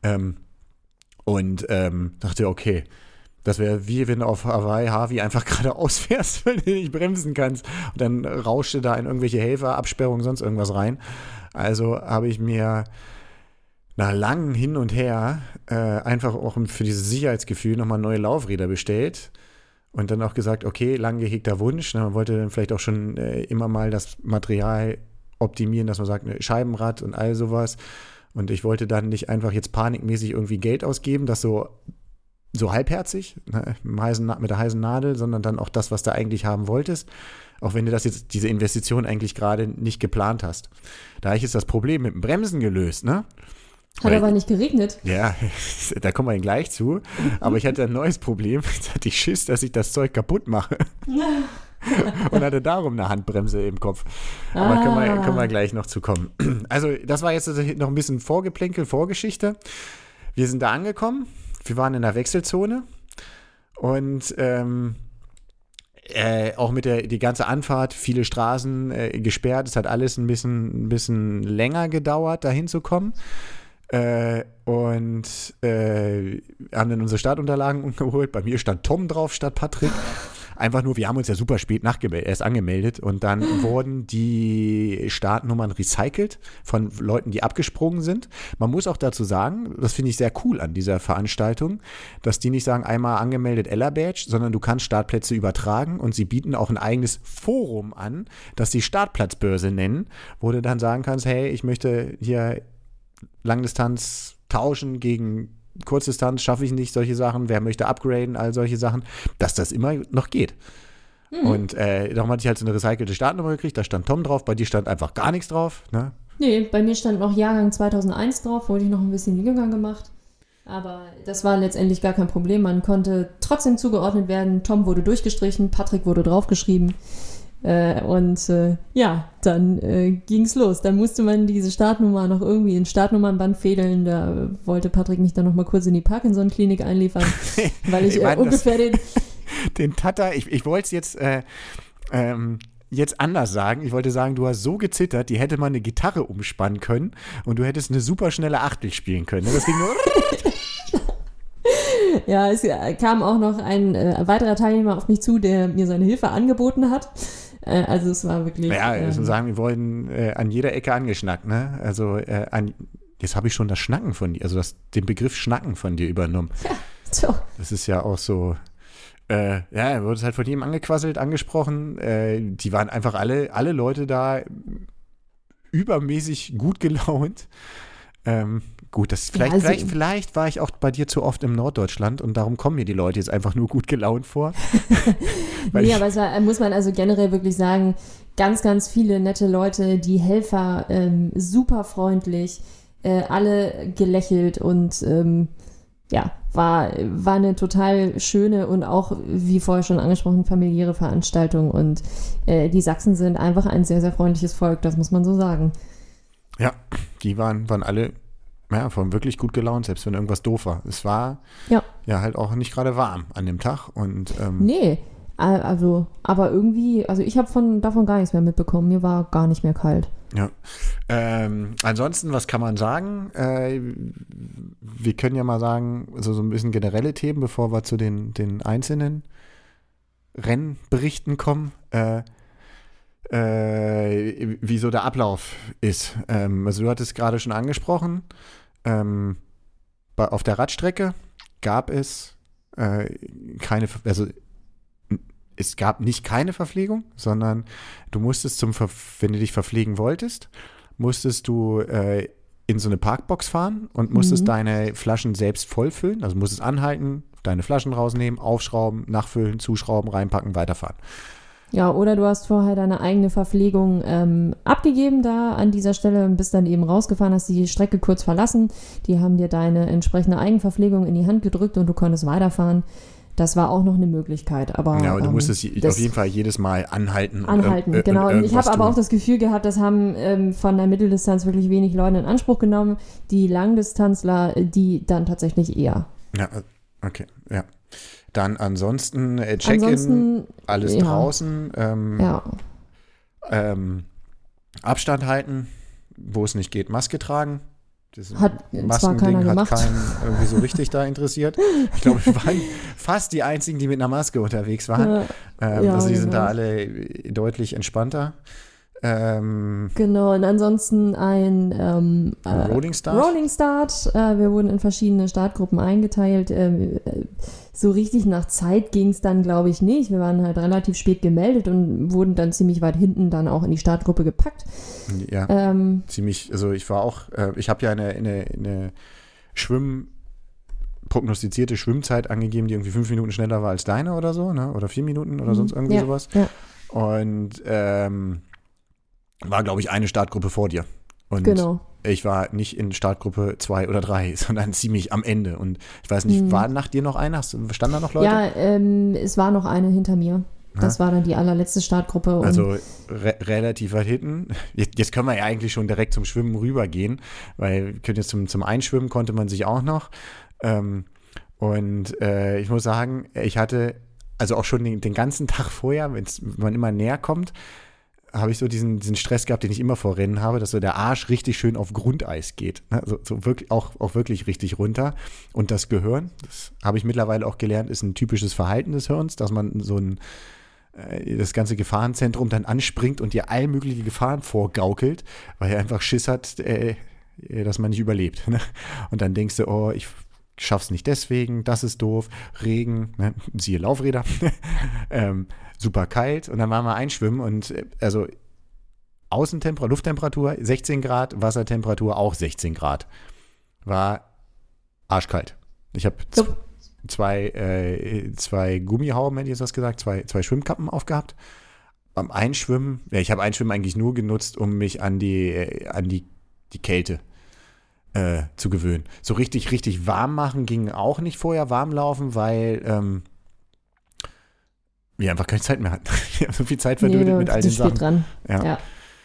Dachte, okay, das wäre wie wenn du auf Hawaii einfach geradeaus fährst, wenn du nicht bremsen kannst. Und dann rauschte da in irgendwelche Helferabsperrungen, sonst irgendwas rein. Also habe ich mir nach langem Hin und Her einfach auch für dieses Sicherheitsgefühl nochmal neue Laufräder bestellt. Und dann auch gesagt, okay, lang gehegter Wunsch. Man wollte dann vielleicht auch schon immer mal das Material optimieren, dass man sagt, Scheibenrad und all sowas. Und ich wollte dann nicht einfach jetzt panikmäßig irgendwie Geld ausgeben, das so halbherzig, mit der heißen Nadel, sondern dann auch das, was du eigentlich haben wolltest. Auch wenn du diese Investition eigentlich gerade nicht geplant hast. Da habe ich jetzt das Problem mit dem Bremsen gelöst, ne? Hat aber nicht geregnet. Ja, da kommen wir gleich zu. Aber ich hatte ein neues Problem. Jetzt hatte ich Schiss, dass ich das Zeug kaputt mache. Und hatte darum eine Handbremse im Kopf. Aber können wir gleich noch zu kommen. Also das war jetzt noch ein bisschen Vorgeplänkel, Vorgeschichte. Wir sind da angekommen. Wir waren in der Wechselzone. Und auch mit die ganze Anfahrt, viele Straßen gesperrt. Es hat alles ein bisschen länger gedauert, da hinzukommen. Haben dann unsere Startunterlagen geholt. Bei mir stand Tom drauf statt Patrick. Einfach nur, wir haben uns ja super spät erst angemeldet und dann wurden die Startnummern recycelt von Leuten, die abgesprungen sind. Man muss auch dazu sagen, das finde ich sehr cool an dieser Veranstaltung, dass die nicht sagen, einmal angemeldet Ella-Badge, sondern du kannst Startplätze übertragen und sie bieten auch ein eigenes Forum an, das sie Startplatzbörse nennen, wo du dann sagen kannst, hey, ich möchte hier Langdistanz tauschen gegen Kurzdistanz, schaffe ich nicht, solche Sachen, wer möchte upgraden, all solche Sachen, dass das immer noch geht. Und darum hatte ich halt so eine recycelte Startnummer gekriegt, da stand Tom drauf, bei dir stand einfach gar nichts drauf, ne? Nee, bei mir stand noch Jahrgang 2001 drauf, wurde ich noch ein bisschen jünger gemacht, aber das war letztendlich gar kein Problem, man konnte trotzdem zugeordnet werden, Tom wurde durchgestrichen, Patrick wurde draufgeschrieben. Dann ging's los. Dann musste man diese Startnummer noch irgendwie in Startnummernband fädeln. Da wollte Patrick mich dann noch mal kurz in die Parkinson-Klinik einliefern, weil ich ungefähr den Tata, ich wollte es jetzt anders sagen. Ich wollte sagen, du hast so gezittert, die hätte man eine Gitarre umspannen können und du hättest eine super schnelle Achtel spielen können. Das ging nur... Ja, es kam auch noch ein weiterer Teilnehmer auf mich zu, der mir seine Hilfe angeboten hat. Also es war wirklich... Ja, ich muss sagen, wir wurden an jeder Ecke angeschnackt, ne? Also jetzt habe ich schon das Schnacken von dir, also den Begriff Schnacken von dir übernommen. Ja, so. Das ist ja auch so... wurde es halt von jedem angequasselt, angesprochen. Die waren einfach alle Leute da übermäßig gut gelaunt. Gut, vielleicht war ich auch bei dir zu oft im Norddeutschland und darum kommen mir die Leute jetzt einfach nur gut gelaunt vor. Aber muss man also generell wirklich sagen, ganz, ganz viele nette Leute, die Helfer, super freundlich, alle gelächelt und war eine total schöne und auch, wie vorher schon angesprochen, familiäre Veranstaltung und die Sachsen sind einfach ein sehr, sehr freundliches Volk, das muss man so sagen. Ja, die waren alle von wirklich gut gelaunt, selbst wenn irgendwas doof war. Es war ja halt auch nicht gerade warm an dem Tag. Und, nee, aber irgendwie, ich habe davon gar nichts mehr mitbekommen. Mir war gar nicht mehr kalt. Ja. Ansonsten, was kann man sagen? Wir können ja mal sagen, so ein bisschen generelle Themen, bevor wir zu den einzelnen Rennberichten kommen. Wie so der Ablauf ist. Also du hattest gerade schon angesprochen, auf der Radstrecke gab es es gab nicht keine Verpflegung, sondern du musstest wenn du dich verpflegen wolltest, musstest du in so eine Parkbox fahren und musstest deine Flaschen selbst vollfüllen, also musstest anhalten, deine Flaschen rausnehmen, aufschrauben, nachfüllen, zuschrauben, reinpacken, weiterfahren. Ja, oder du hast vorher deine eigene Verpflegung abgegeben da an dieser Stelle und bist dann eben rausgefahren, hast die Strecke kurz verlassen. Die haben dir deine entsprechende Eigenverpflegung in die Hand gedrückt und du konntest weiterfahren. Das war auch noch eine Möglichkeit. Aber du musstest auf jeden Fall jedes Mal anhalten. Genau. Und ich habe aber auch das Gefühl gehabt, das haben von der Mitteldistanz wirklich wenig Leute in Anspruch genommen. Die Langdistanzler, die dann tatsächlich eher. Ja, okay, ja. Dann ansonsten Check-in, alles draußen. Abstand halten, wo es nicht geht, Maske tragen. Hat zwar keiner gemacht. Hat keinen irgendwie so richtig da interessiert. Ich glaube, wir waren fast die Einzigen, die mit einer Maske unterwegs waren. Also die sind da alle deutlich entspannter. Genau, und ansonsten ein Rolling Start. Rolling Start. Wir wurden in verschiedene Startgruppen eingeteilt. So richtig nach Zeit ging es dann, glaube ich, nicht. Wir waren halt relativ spät gemeldet und wurden dann ziemlich weit hinten dann auch in die Startgruppe gepackt. Ja, ziemlich, also ich war auch, ich habe ja eine prognostizierte Schwimmzeit angegeben, die irgendwie 5 Minuten schneller war als deine oder so, ne? Oder 4 Minuten oder sonst irgendwie sowas. Ja. Und war, glaube ich, eine Startgruppe vor dir. Und genau. Ich war nicht in Startgruppe 2 oder 3, sondern ziemlich am Ende. Und ich weiß nicht, war nach dir noch eine? Standen da noch Leute? Ja, es war noch eine hinter mir. Das war dann die allerletzte Startgruppe. Also relativ weit hinten. Jetzt können wir ja eigentlich schon direkt zum Schwimmen rübergehen, weil jetzt zum Einschwimmen konnte man sich auch noch. Ich muss sagen, ich hatte also auch schon den ganzen Tag vorher, wenn man immer näher kommt, habe ich so diesen Stress gehabt, den ich immer vor Rennen habe, dass so der Arsch richtig schön auf Grundeis geht. Also so wirklich, auch wirklich richtig runter. Und das Gehirn, das habe ich mittlerweile auch gelernt, ist ein typisches Verhalten des Hirns, dass man das ganze Gefahrenzentrum dann anspringt und dir all mögliche Gefahren vorgaukelt, weil er einfach Schiss hat, dass man nicht überlebt. Ne? Und dann denkst du, oh, ich schaff's nicht deswegen, das ist doof, Regen, ne? Siehe Laufräder, super kalt. Und dann waren wir einschwimmen und also Außentemperatur, Lufttemperatur 16 Grad, Wassertemperatur auch 16 Grad. War arschkalt. Ich habe zwei Gummihauben, hätte ich jetzt was gesagt, zwei Schwimmkappen aufgehabt. Beim Einschwimmen, ich habe Einschwimmen eigentlich nur genutzt, um mich an die Kälte zu gewöhnen. So richtig warm machen ging auch nicht vorher, warm laufen, weil wir einfach keine Zeit mehr hatten. Wir haben so viel Zeit verdödet mit all den Sachen. Dran. Ja.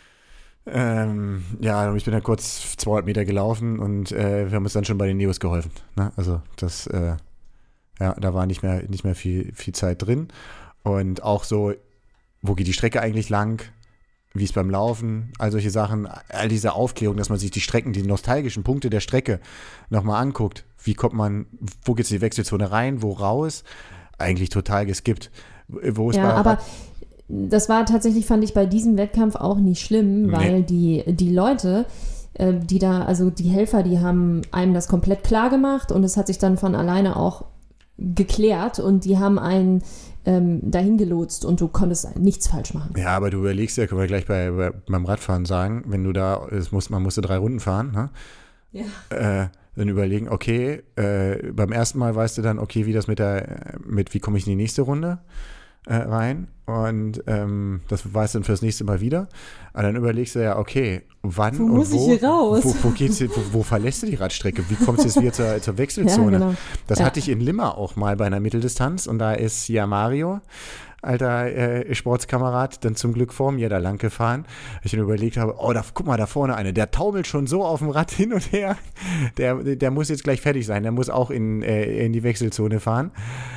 Ich bin dann kurz 200 Meter gelaufen und wir haben uns dann schon bei den Neos geholfen. Ne? Also das, da war nicht mehr viel Zeit drin. Und auch so, wo geht die Strecke eigentlich lang? Wie ist beim Laufen? All solche Sachen, all diese Aufklärung, dass man sich die nostalgischen Punkte der Strecke nochmal anguckt. Wo geht es in die Wechselzone rein, wo raus? Eigentlich total geskippt. Aber das war tatsächlich, fand ich bei diesem Wettkampf auch nicht schlimm, weil die Leute, die da, also die Helfer, die haben einem das komplett klar gemacht und es hat sich dann von alleine auch geklärt und die haben einen dahin gelotst und du konntest nichts falsch machen. Ja, aber du überlegst ja, können wir gleich beim Radfahren sagen, wenn du man musste 3 Runden fahren, ne? Ja. Dann überlegen, okay, beim ersten Mal weißt du dann, okay, wie komme ich in die nächste Runde rein und das weißt du dann fürs nächste Mal wieder. Aber dann überlegst du ja, okay, wann wo muss ich hier raus? Wo verlässt du die Radstrecke? Wie kommst du jetzt wieder zur Wechselzone? Ja, genau. Das hatte ich in Limmer auch mal bei einer Mitteldistanz und da ist ja Mario, alter Sportskamerad, dann zum Glück vor mir da lang gefahren. Ich dann überlegt habe, guck mal, da vorne einer, der taumelt schon so auf dem Rad hin und her, der muss jetzt gleich fertig sein, der muss auch in die Wechselzone fahren.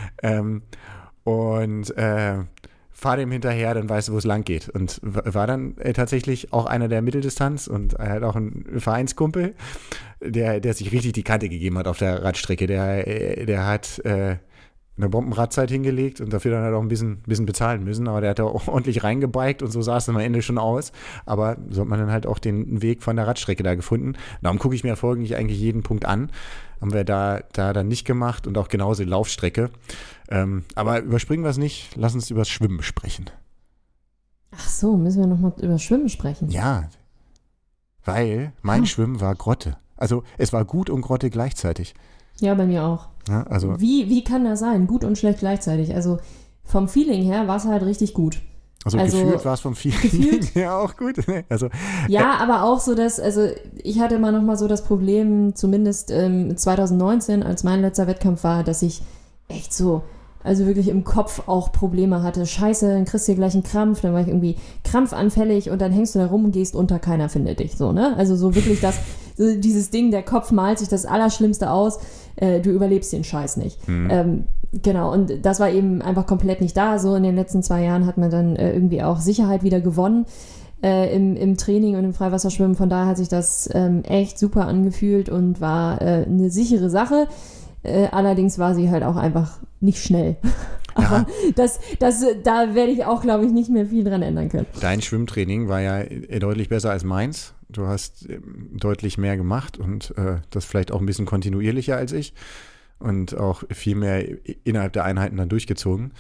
Fahr dem hinterher, dann weißt du, wo es lang geht. Und war dann tatsächlich auch einer der Mitteldistanz und er hat auch einen Vereinskumpel, der sich richtig die Kante gegeben hat auf der Radstrecke. Der hat eine Bombenradzeit hingelegt und dafür dann halt auch ein bisschen bezahlen müssen, aber der hat da ordentlich reingebiked und so sah es dann am Ende schon aus, aber so hat man dann halt auch den Weg von der Radstrecke da gefunden. Darum gucke ich mir folglich eigentlich jeden Punkt an. Haben wir da dann nicht gemacht und auch genauso die Laufstrecke. Aber überspringen wir es nicht, lass uns über das Schwimmen sprechen. Ach so, müssen wir nochmal über Schwimmen sprechen? Ja, weil mein Schwimmen war Grotte. Also es war gut und Grotte gleichzeitig. Ja, bei mir auch. Ja, also wie kann das sein? Gut und schlecht gleichzeitig. Also vom Feeling her war es halt richtig gut. Also gefühlt war es vom Feeling her auch gut. Also, ja, aber auch so, dass, also ich hatte immer noch mal so das Problem, zumindest 2019, als mein letzter Wettkampf war, dass ich echt so, also wirklich im Kopf auch Probleme hatte. Scheiße, dann kriegst du hier gleich einen Krampf, dann war ich irgendwie krampfanfällig und dann hängst du da rum und gehst unter, keiner findet dich, so, ne? Also so wirklich so dieses Ding, der Kopf malt sich das Allerschlimmste aus, du überlebst den Scheiß nicht. Genau, und das war eben einfach komplett nicht da. So in den letzten 2 Jahren hat man dann irgendwie auch Sicherheit wieder gewonnen im Training und im Freiwasserschwimmen. Von daher hat sich das echt super angefühlt und war eine sichere Sache. Allerdings war sie halt auch einfach nicht schnell. Aber da werde ich auch, glaube ich, nicht mehr viel dran ändern können. Dein Schwimmtraining war ja deutlich besser als meins. Du hast deutlich mehr gemacht und das vielleicht auch ein bisschen kontinuierlicher als ich und auch viel mehr innerhalb der Einheiten dann durchgezogen.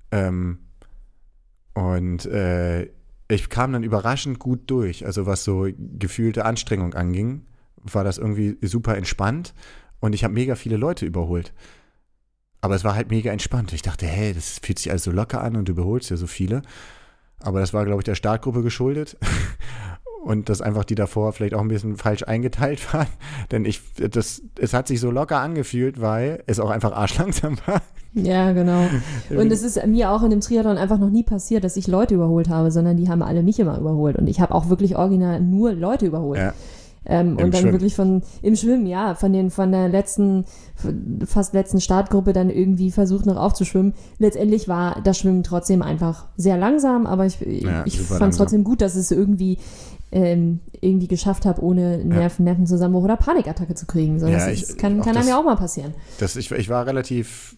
Ich kam dann überraschend gut durch. Also was so gefühlte Anstrengung anging, war das irgendwie super entspannt. Und ich habe mega viele Leute überholt. Aber es war halt mega entspannt. Ich dachte, hey, das fühlt sich alles so locker an und du überholst ja so viele. Aber das war, glaube ich, der Startgruppe geschuldet. Und dass einfach die davor vielleicht auch ein bisschen falsch eingeteilt waren. Denn es hat sich so locker angefühlt, weil es auch einfach arschlangsam war. Ja, genau. Und es ist mir auch in dem Triathlon einfach noch nie passiert, dass ich Leute überholt habe, sondern die haben alle mich immer überholt. Und ich habe auch wirklich original nur Leute überholt. Ja. Und dann Schwimmen. Wirklich im Schwimmen, ja, von der fast letzten Startgruppe dann irgendwie versucht noch aufzuschwimmen. Letztendlich war das Schwimmen trotzdem einfach sehr langsam, aber ich fand es trotzdem gut, dass es irgendwie geschafft habe, ohne Nervenzusammenbruch oder Panikattacke zu kriegen. So, das kann einem ja auch mal passieren. Ich war relativ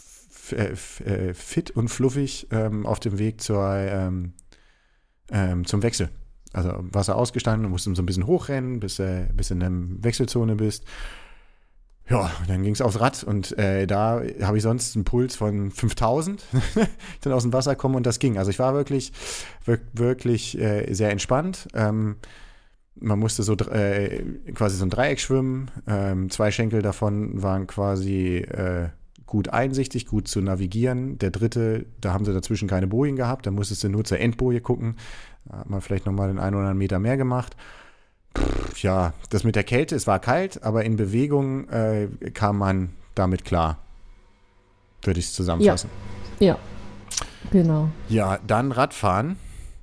fit und fluffig auf dem Weg zum Wechsel. Also Wasser ausgestanden und musst so ein bisschen hochrennen, bis du in der Wechselzone bist. Ja, dann ging es aufs Rad und da habe ich sonst einen Puls von 5000 dann aus dem Wasser kommen und das ging. Also ich war wirklich sehr entspannt. Man musste quasi so ein Dreieck schwimmen. 2 Schenkel davon waren quasi gut einsichtig, gut zu navigieren. Der dritte, da haben sie dazwischen keine Bojen gehabt. Da musstest du nur zur Endboje gucken. Da hat man vielleicht nochmal den 100 Meter mehr gemacht. Ja, das mit der Kälte, es war kalt, aber in Bewegung kam man damit klar. Würde ich es zusammenfassen. Ja, genau. Ja, dann Radfahren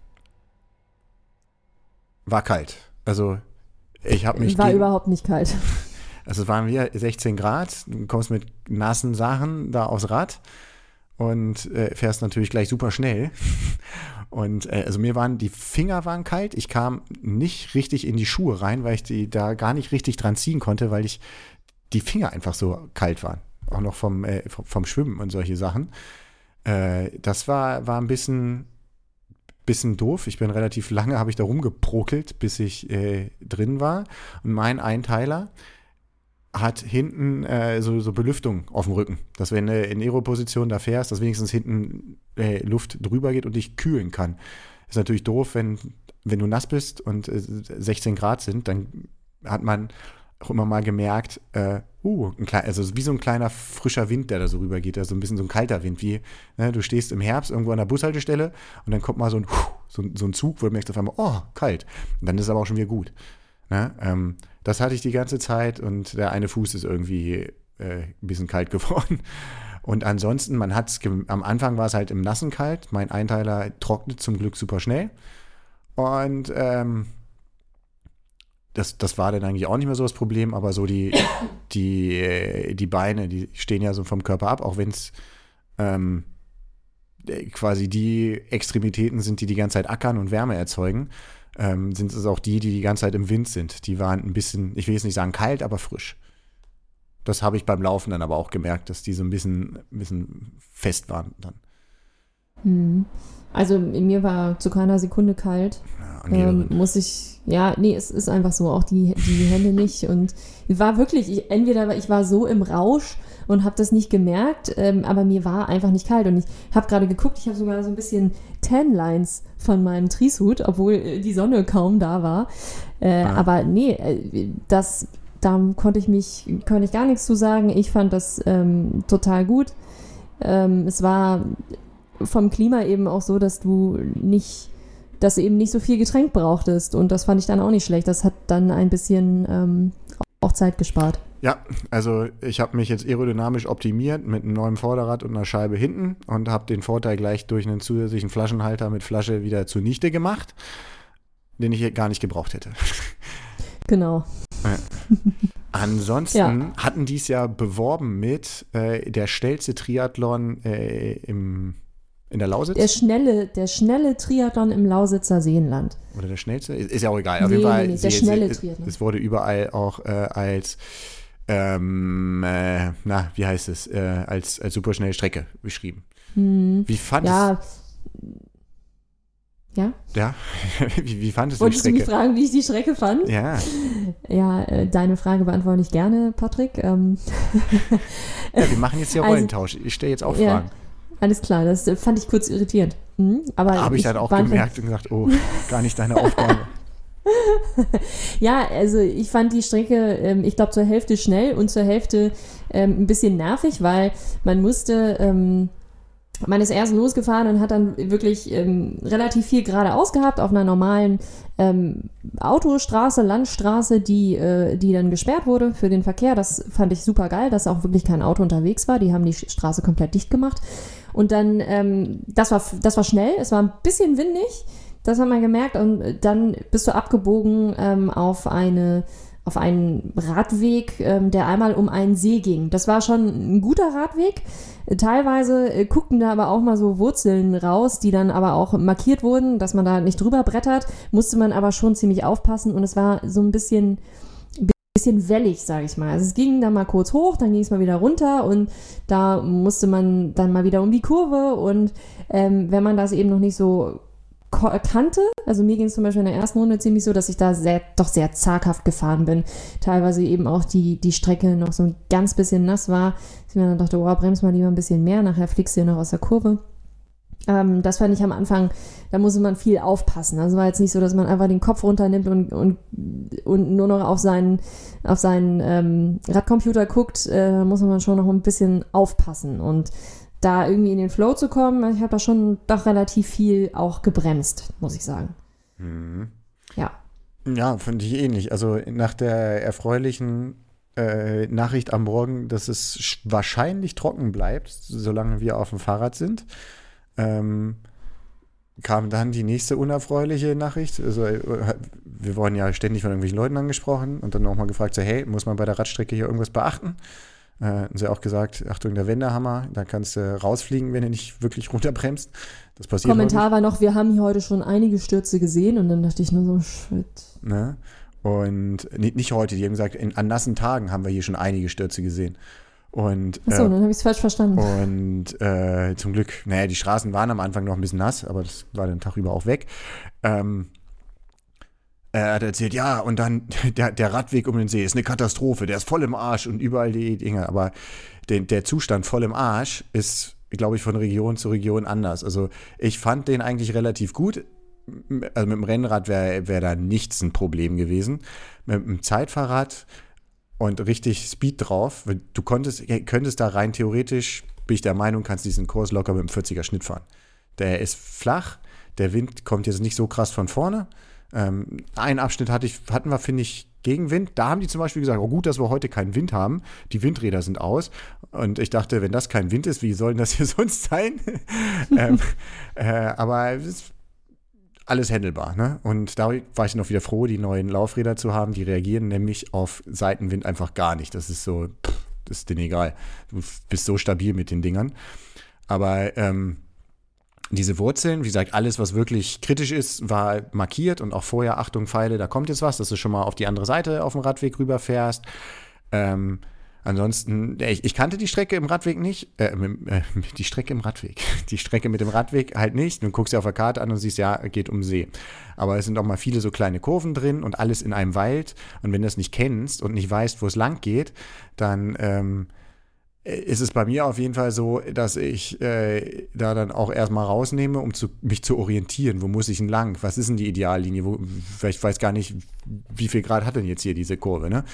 war kalt. Also ich habe mich... War überhaupt nicht kalt. Also es waren wir 16 Grad, du kommst mit nassen Sachen da aufs Rad und fährst natürlich gleich super schnell. Und also die Finger waren kalt, ich kam nicht richtig in die Schuhe rein, weil ich die da gar nicht richtig dran ziehen konnte, weil die Finger einfach so kalt waren. Auch noch vom Schwimmen und solche Sachen. Das war ein bisschen doof. Ich bin relativ lange, habe ich da rumgeprokelt, bis ich drin war. Und mein Einteiler hat hinten so Belüftung auf dem Rücken, dass wenn du in Aero-Position da fährst, dass wenigstens hinten Luft drüber geht und dich kühlen kann. Ist natürlich doof, wenn du nass bist und 16 Grad sind, dann hat man auch immer mal gemerkt, also wie so ein kleiner frischer Wind, der da so rüber geht, also ein bisschen so ein kalter Wind, wie du stehst im Herbst irgendwo an der Bushaltestelle und dann kommt mal so ein Zug, wo du merkst auf einmal, oh, kalt. Und dann ist es aber auch schon wieder gut. Ne? Das hatte ich die ganze Zeit und der eine Fuß ist irgendwie ein bisschen kalt geworden. Und ansonsten, am Anfang war es halt im Nassen kalt. Mein Einteiler trocknet zum Glück super schnell. Und das war dann eigentlich auch nicht mehr so das Problem, aber so die Beine, die stehen ja so vom Körper ab, auch wenn es quasi die Extremitäten sind, die ganze Zeit ackern und Wärme erzeugen. Sind es auch die ganze Zeit im Wind sind. Die waren ein bisschen, ich will jetzt nicht sagen kalt, aber frisch. Das habe ich beim Laufen dann aber auch gemerkt, dass die so ein bisschen fest waren dann. Also in mir war zu keiner Sekunde kalt. Ja, es ist einfach so, auch die Hände nicht. Und war wirklich, ich war so im Rausch und habe das nicht gemerkt, aber mir war einfach nicht kalt. Und ich habe gerade geguckt, ich habe sogar so ein bisschen Tan-Lines von meinem Trieshut, obwohl die Sonne kaum da war. Aber nee, da konnte ich gar nichts zu sagen. Ich fand das total gut. Es war vom Klima eben auch so, dass du eben nicht so viel Getränk brauchtest. Und das fand ich dann auch nicht schlecht. Das hat dann ein bisschen auch Zeit gespart. Ja, also ich habe mich jetzt aerodynamisch optimiert mit einem neuen Vorderrad und einer Scheibe hinten und habe den Vorteil gleich durch einen zusätzlichen Flaschenhalter mit Flasche wieder zunichte gemacht, den ich hier gar nicht gebraucht hätte. Genau. Ansonsten hatten die es ja beworben mit der schnellste Triathlon in der Lausitz. Der schnelle Triathlon im Lausitzer Seenland. Oder der schnellste? Ist ja auch egal. Auf jeden Fall, der schnelle Triathlon. Es wurde überall auch als wie heißt es? Als superschnelle Strecke beschrieben. Wie fandest du? Ja? Ja? Wie fandest du die Wolltest Strecke? du mich fragen, wie ich die Strecke fand? Ja. Ja, deine Frage beantworte ich gerne, Patrick. Ja, wir machen jetzt hier Rollentausch. Ich stelle jetzt auch Fragen. Ja, alles klar, das fand ich kurz irritierend. Aber habe ich dann auch gemerkt und gesagt, oh, gar nicht deine Aufgabe. Ja, also ich fand die Strecke, ich glaube, zur Hälfte schnell und zur Hälfte ein bisschen nervig, weil man ist erst losgefahren und hat dann wirklich relativ viel geradeaus gehabt auf einer normalen Autostraße, Landstraße, die dann gesperrt wurde für den Verkehr. Das fand ich super geil, dass auch wirklich kein Auto unterwegs war. Die haben die Straße komplett dicht gemacht. Und dann, das war schnell, es war ein bisschen windig. Das hat man gemerkt und dann bist du abgebogen auf einen Radweg, der einmal um einen See ging. Das war schon ein guter Radweg. Teilweise guckten da aber auch mal so Wurzeln raus, die dann aber auch markiert wurden, dass man da nicht drüber brettert. Musste man aber schon ziemlich aufpassen und es war so ein bisschen wellig, sage ich mal. Also es ging dann mal kurz hoch, dann ging es mal wieder runter und da musste man dann mal wieder um die Kurve und wenn man das eben noch nicht so kannte, also mir ging es zum Beispiel in der ersten Runde ziemlich so, dass ich da sehr zaghaft gefahren bin. Teilweise eben auch die Strecke noch so ein ganz bisschen nass war. Ich mir dann dachte, bremst mal lieber ein bisschen mehr, nachher fliegst du ja noch aus der Kurve. Das fand ich am Anfang, da musste man viel aufpassen. Also war jetzt nicht so, dass man einfach den Kopf runternimmt und nur noch auf seinen Radcomputer guckt, muss man schon noch ein bisschen aufpassen und da irgendwie in den Flow zu kommen, ich habe da schon doch relativ viel auch gebremst, muss ich sagen. Mhm. Ja. Ja, finde ich ähnlich. Also nach der erfreulichen Nachricht am Morgen, dass es wahrscheinlich trocken bleibt, solange wir auf dem Fahrrad sind, kam dann die nächste unerfreuliche Nachricht. Also wir wurden ja ständig von irgendwelchen Leuten angesprochen und dann auch mal gefragt, so, hey, muss man bei der Radstrecke hier irgendwas beachten? Und sie hat auch gesagt, Achtung, der Wendehammer, da kannst du rausfliegen, wenn du nicht wirklich runterbremst. Das passiert Kommentar war noch, wir haben hier heute schon einige Stürze gesehen und dann dachte ich nur so, shit. Ne? Und nicht heute, die haben gesagt, an nassen Tagen haben wir hier schon einige Stürze gesehen. Und, Achso, dann habe ich es falsch verstanden. Und zum Glück, die Straßen waren am Anfang noch ein bisschen nass, aber das war den Tag über auch weg. Er hat erzählt, ja, und dann der Radweg um den See ist eine Katastrophe, der ist voll im Arsch und überall die Dinge. Aber der Zustand voll im Arsch ist, glaube ich, von Region zu Region anders. Also ich fand den eigentlich relativ gut. Also mit dem Rennrad wäre da nichts ein Problem gewesen. Mit dem Zeitfahrrad und richtig Speed drauf, du könntest da rein theoretisch, bin ich der Meinung, kannst diesen Kurs locker mit dem 40er Schnitt fahren. Der ist flach, der Wind kommt jetzt nicht so krass von vorne. Einen Abschnitt hatten wir, finde ich, Gegenwind. Da haben die zum Beispiel gesagt, oh gut, dass wir heute keinen Wind haben. Die Windräder sind aus. Und ich dachte, wenn das kein Wind ist, wie soll denn das hier sonst sein? Aber es ist alles handelbar. Ne? Und da war ich noch wieder froh, die neuen Laufräder zu haben. Die reagieren nämlich auf Seitenwind einfach gar nicht. Das ist so, das ist denen egal. Du bist so stabil mit den Dingern. Aber diese Wurzeln, wie gesagt, alles, was wirklich kritisch ist, war markiert und auch vorher, Achtung, Pfeile, da kommt jetzt was, dass du schon mal auf die andere Seite auf dem Radweg rüberfährst. Ansonsten, ich kannte die Strecke im Radweg nicht, die Strecke mit dem Radweg halt nicht. Du guckst dir auf der Karte an und siehst, ja, geht um See. Aber es sind auch mal viele so kleine Kurven drin und alles in einem Wald. Und wenn du das nicht kennst und nicht weißt, wo es lang geht, dann ist es bei mir auf jeden Fall so, dass ich da dann auch erstmal rausnehme, um mich zu orientieren. Wo muss ich denn lang? Was ist denn die Ideallinie? Ich weiß gar nicht, wie viel Grad hat denn jetzt hier diese Kurve, ne?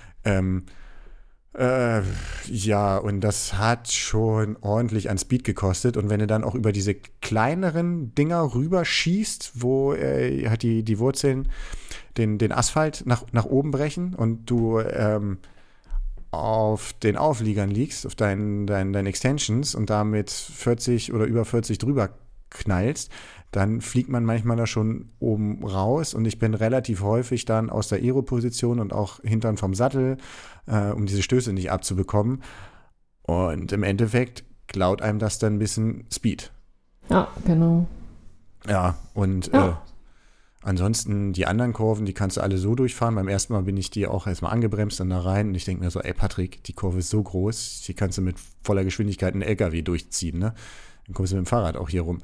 Ja, und das hat schon ordentlich an Speed gekostet. Und wenn du dann auch über diese kleineren Dinger rüberschießt, wo halt die Wurzeln den Asphalt nach oben brechen und du auf den Aufliegern liegst, auf deinen Extensions und damit 40 oder über 40 drüber knallst, dann fliegt man manchmal da schon oben raus und ich bin relativ häufig dann aus der Aero-Position und auch hintern vom Sattel, um diese Stöße nicht abzubekommen. Und im Endeffekt klaut einem das dann ein bisschen Speed. Ja, genau. Ja, und ansonsten die anderen Kurven, die kannst du alle so durchfahren. Beim ersten Mal bin ich die auch erstmal angebremst, dann da rein und ich denke mir so, ey Patrick, die Kurve ist so groß, hier kannst du mit voller Geschwindigkeit einen LKW durchziehen, ne? Dann kommst du mit dem Fahrrad auch hier rum.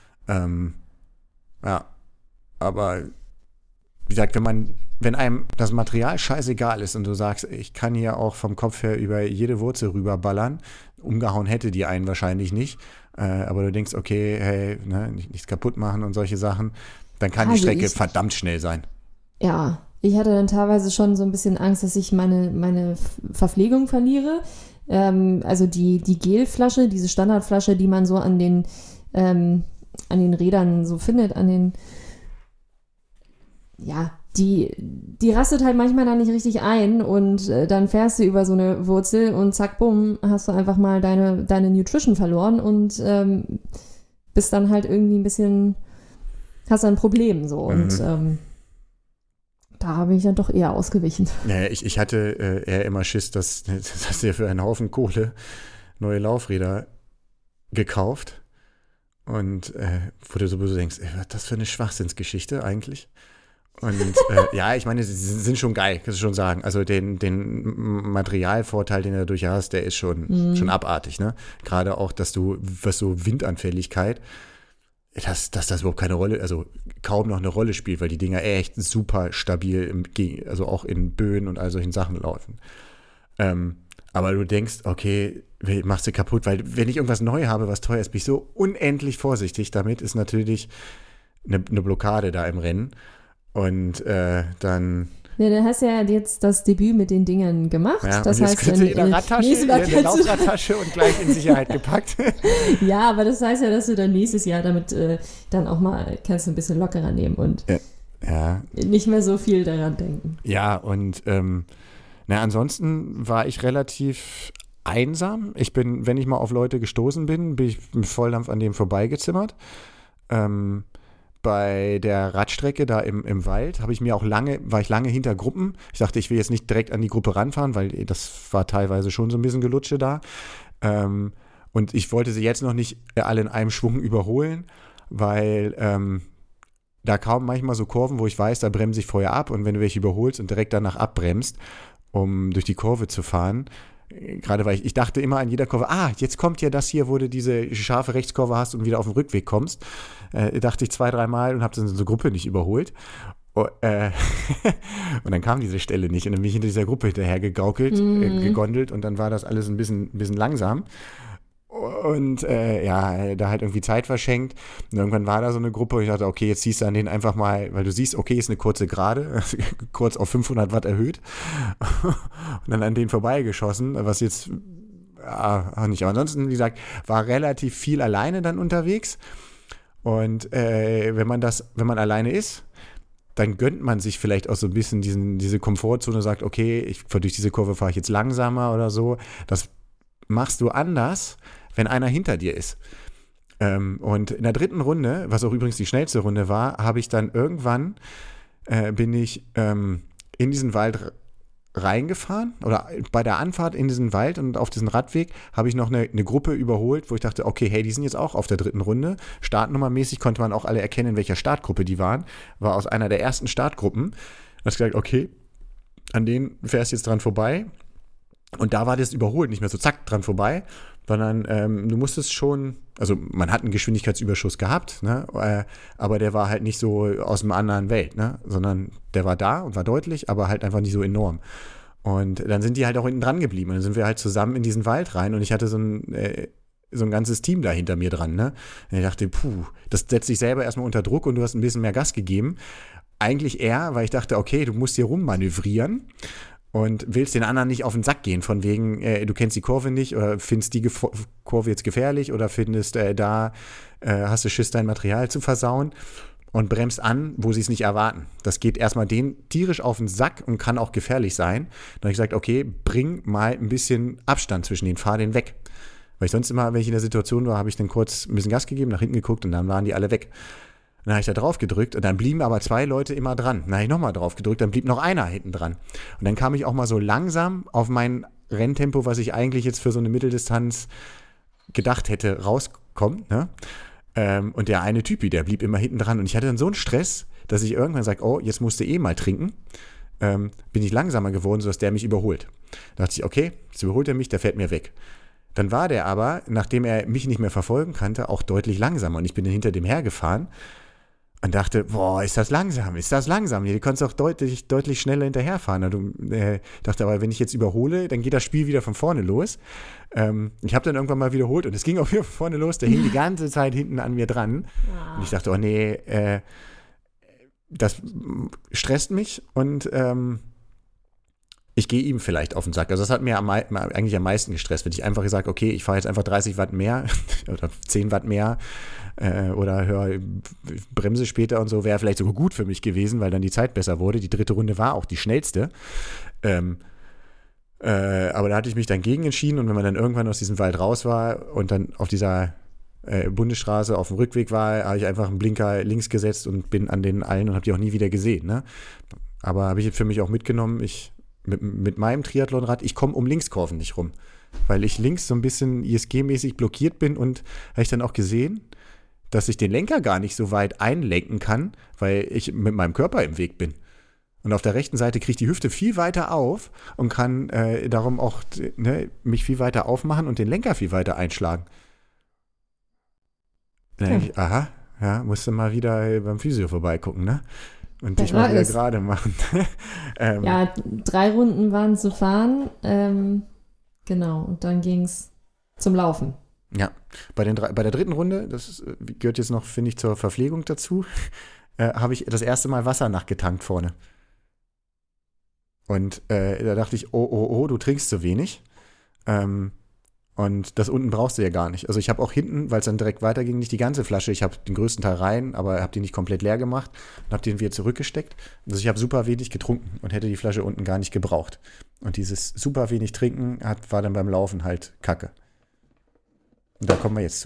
Ja, aber wie gesagt, wenn einem das Material scheißegal ist und du sagst, ich kann hier auch vom Kopf her über jede Wurzel rüberballern, umgehauen hätte die einen wahrscheinlich nicht, aber du denkst, okay, hey, ne, nichts kaputt machen und solche Sachen, dann kann die Strecke verdammt schnell sein. Ja, ich hatte dann teilweise schon so ein bisschen Angst, dass ich meine Verpflegung verliere. Also die Gelflasche, diese Standardflasche, die man so an den Rädern so findet, die rastet halt manchmal da nicht richtig ein und dann fährst du über so eine Wurzel und zack, bumm, hast du einfach mal deine Nutrition verloren und bist dann halt irgendwie ein bisschen, hast ein Problem so und da habe ich dann doch eher ausgewichen. Ja, ich hatte eher immer Schiss, dass dir für einen Haufen Kohle neue Laufräder gekauft und wo du sowieso denkst, ey, was ist das für eine Schwachsinnsgeschichte eigentlich? Und ja, ich meine, sie sind schon geil, kannst du schon sagen. Also den Materialvorteil, den du dadurch hast, der ist schon abartig, ne? Gerade auch, was so Windanfälligkeit, dass das überhaupt keine Rolle, also kaum noch eine Rolle spielt, weil die Dinger echt super stabil, also auch in Böen und all solchen Sachen laufen. Aber du denkst, okay, machst du kaputt, weil wenn ich irgendwas neu habe, was teuer ist, bin ich so unendlich vorsichtig. Damit ist natürlich eine Blockade da im Rennen. Und dann... Ja, dann hast du ja jetzt das Debüt mit den Dingern gemacht. Ja, das und jetzt heißt, kriegst du in der Radtasche, in der Laufradtasche und gleich in Sicherheit gepackt. Ja, aber das heißt ja, dass du dann nächstes Jahr damit dann auch mal kannst du ein bisschen lockerer nehmen und nicht mehr so viel daran denken. Ja, und ansonsten war ich relativ einsam. Ich wenn ich mal auf Leute gestoßen bin ich mit Volldampf an dem vorbeigezimmert. Bei der Radstrecke da im Wald war ich lange hinter Gruppen. Ich dachte, ich will jetzt nicht direkt an die Gruppe ranfahren, weil das war teilweise schon so ein bisschen Gelutsche da. Und ich wollte sie jetzt noch nicht alle in einem Schwung überholen, weil da kaum manchmal so Kurven, wo ich weiß, da bremse ich vorher ab und wenn du welche überholst und direkt danach abbremst, um durch die Kurve zu fahren, gerade weil ich dachte immer an jeder Kurve, jetzt kommt ja das hier, wo du diese scharfe Rechtskurve hast und wieder auf den Rückweg kommst. Dachte ich 2-3 Mal und habe dann so eine Gruppe nicht überholt. Und dann kam diese Stelle nicht und dann bin ich hinter dieser Gruppe hinterher gegondelt und dann war das alles ein bisschen langsam. Und da halt irgendwie Zeit verschenkt. Und irgendwann war da so eine Gruppe und ich dachte, okay, jetzt ziehst du an denen einfach mal, weil du siehst, okay, ist eine kurze Gerade, kurz auf 500 Watt erhöht. Und dann an denen vorbeigeschossen, was jetzt auch nicht. Aber ansonsten, wie gesagt, war relativ viel alleine dann unterwegs. Und wenn man alleine ist, dann gönnt man sich vielleicht auch so ein bisschen diese Komfortzone, sagt, okay, durch diese Kurve fahre ich jetzt langsamer oder so. Das machst du anders, wenn einer hinter dir ist. Und in der dritten Runde, was auch übrigens die schnellste Runde war, habe ich dann irgendwann, bin ich in diesen Wald reingefahren oder bei der Anfahrt in diesen Wald und auf diesen Radweg habe ich noch eine Gruppe überholt, wo ich dachte, okay, hey, die sind jetzt auch auf der dritten Runde. Startnummermäßig konnte man auch alle erkennen, in welcher Startgruppe die waren. War aus einer der ersten Startgruppen. Da hast du gesagt, okay, an denen fährst du jetzt dran vorbei. Und da war das Überholen nicht mehr so zack dran vorbei, sondern du musstest schon, also man hat einen Geschwindigkeitsüberschuss gehabt, ne, aber der war halt nicht so aus einer anderen Welt, ne, sondern der war da und war deutlich, aber halt einfach nicht so enorm. Und dann sind die halt auch hinten dran geblieben und dann sind wir halt zusammen in diesen Wald rein und ich hatte so ein ganzes Team da hinter mir dran, ne. Und ich dachte, das setzt dich selber erstmal unter Druck und du hast ein bisschen mehr Gas gegeben. Eigentlich eher, weil ich dachte, okay, du musst hier rummanövrieren. Und willst den anderen nicht auf den Sack gehen, von wegen, du kennst die Kurve nicht oder findest die Kurve jetzt gefährlich oder findest, hast du Schiss, dein Material zu versauen. und bremst an, wo sie es nicht erwarten. Das geht erstmal denen tierisch auf den Sack und kann auch gefährlich sein. Dann habe ich gesagt, okay, bring mal ein bisschen Abstand zwischen den, fahr den weg. Weil ich sonst immer, wenn ich in der Situation war, habe ich dann kurz ein bisschen Gas gegeben, nach hinten geguckt und dann waren die alle weg. Dann habe ich da drauf gedrückt und dann blieben aber 2 Leute immer dran. Dann habe ich nochmal drauf gedrückt, dann blieb noch einer hinten dran. Und dann kam ich auch mal so langsam auf mein Renntempo, was ich eigentlich jetzt für so eine Mitteldistanz gedacht hätte, rauskommt, ne? Und der eine Typi, der blieb immer hinten dran. Und ich hatte dann so einen Stress, dass ich irgendwann sage, oh, jetzt musst du mal trinken. Bin ich langsamer geworden, sodass der mich überholt. Da dachte ich, okay, jetzt überholt er mich, der fährt mir weg. Dann war der aber, nachdem er mich nicht mehr verfolgen konnte, auch deutlich langsamer. Und ich bin dann hinter dem hergefahren und dachte, boah, ist das langsam. Du kannst auch deutlich schneller hinterherfahren. Und dachte aber, wenn ich jetzt überhole, dann geht das Spiel wieder von vorne los. Ich habe dann irgendwann mal wiederholt und es ging auch wieder von vorne los. Der hing die ganze Zeit hinten an mir dran. Ja. Und ich dachte, oh nee, das stresst mich und ich gehe ihm vielleicht auf den Sack. Also das hat mir eigentlich am meisten gestresst, wenn ich einfach gesagt, okay, ich fahre jetzt einfach 30 Watt mehr oder 10 Watt mehr oder bremse später und so, wäre vielleicht sogar gut für mich gewesen, weil dann die Zeit besser wurde. Die 3. Runde war auch die schnellste. Aber da hatte ich mich dann gegen entschieden und wenn man dann irgendwann aus diesem Wald raus war und dann auf dieser Bundesstraße auf dem Rückweg war, habe ich einfach einen Blinker links gesetzt und bin an den allen und habe die auch nie wieder gesehen. Ne? Aber habe ich jetzt für mich auch mitgenommen, mit meinem Triathlonrad, ich komme um Linkskurven nicht rum, weil ich links so ein bisschen ISG-mäßig blockiert bin und habe ich dann auch gesehen, dass ich den Lenker gar nicht so weit einlenken kann, weil ich mit meinem Körper im Weg bin. Und auf der rechten Seite kriege ich die Hüfte viel weiter auf und kann darum auch mich viel weiter aufmachen und den Lenker viel weiter einschlagen. Dann denke ich, aha, ja, musst du mal wieder beim Physio vorbeigucken, ne? Und dich mal wieder gerade machen. Ja, 3 Runden waren zu fahren. Genau, und dann ging es zum Laufen. Ja, bei der 3. Runde, das gehört jetzt noch, finde ich, zur Verpflegung dazu, habe ich das erste Mal Wasser nachgetankt vorne. Und da dachte ich, oh, du trinkst zu wenig. Und das unten brauchst du ja gar nicht. Also ich habe auch hinten, weil es dann direkt weiterging, nicht die ganze Flasche. Ich habe den größten Teil rein, aber habe die nicht komplett leer gemacht und habe den wieder zurückgesteckt. Also ich habe super wenig getrunken und hätte die Flasche unten gar nicht gebraucht. Und dieses super wenig Trinken war dann beim Laufen halt Kacke. Und da kommen wir jetzt zu.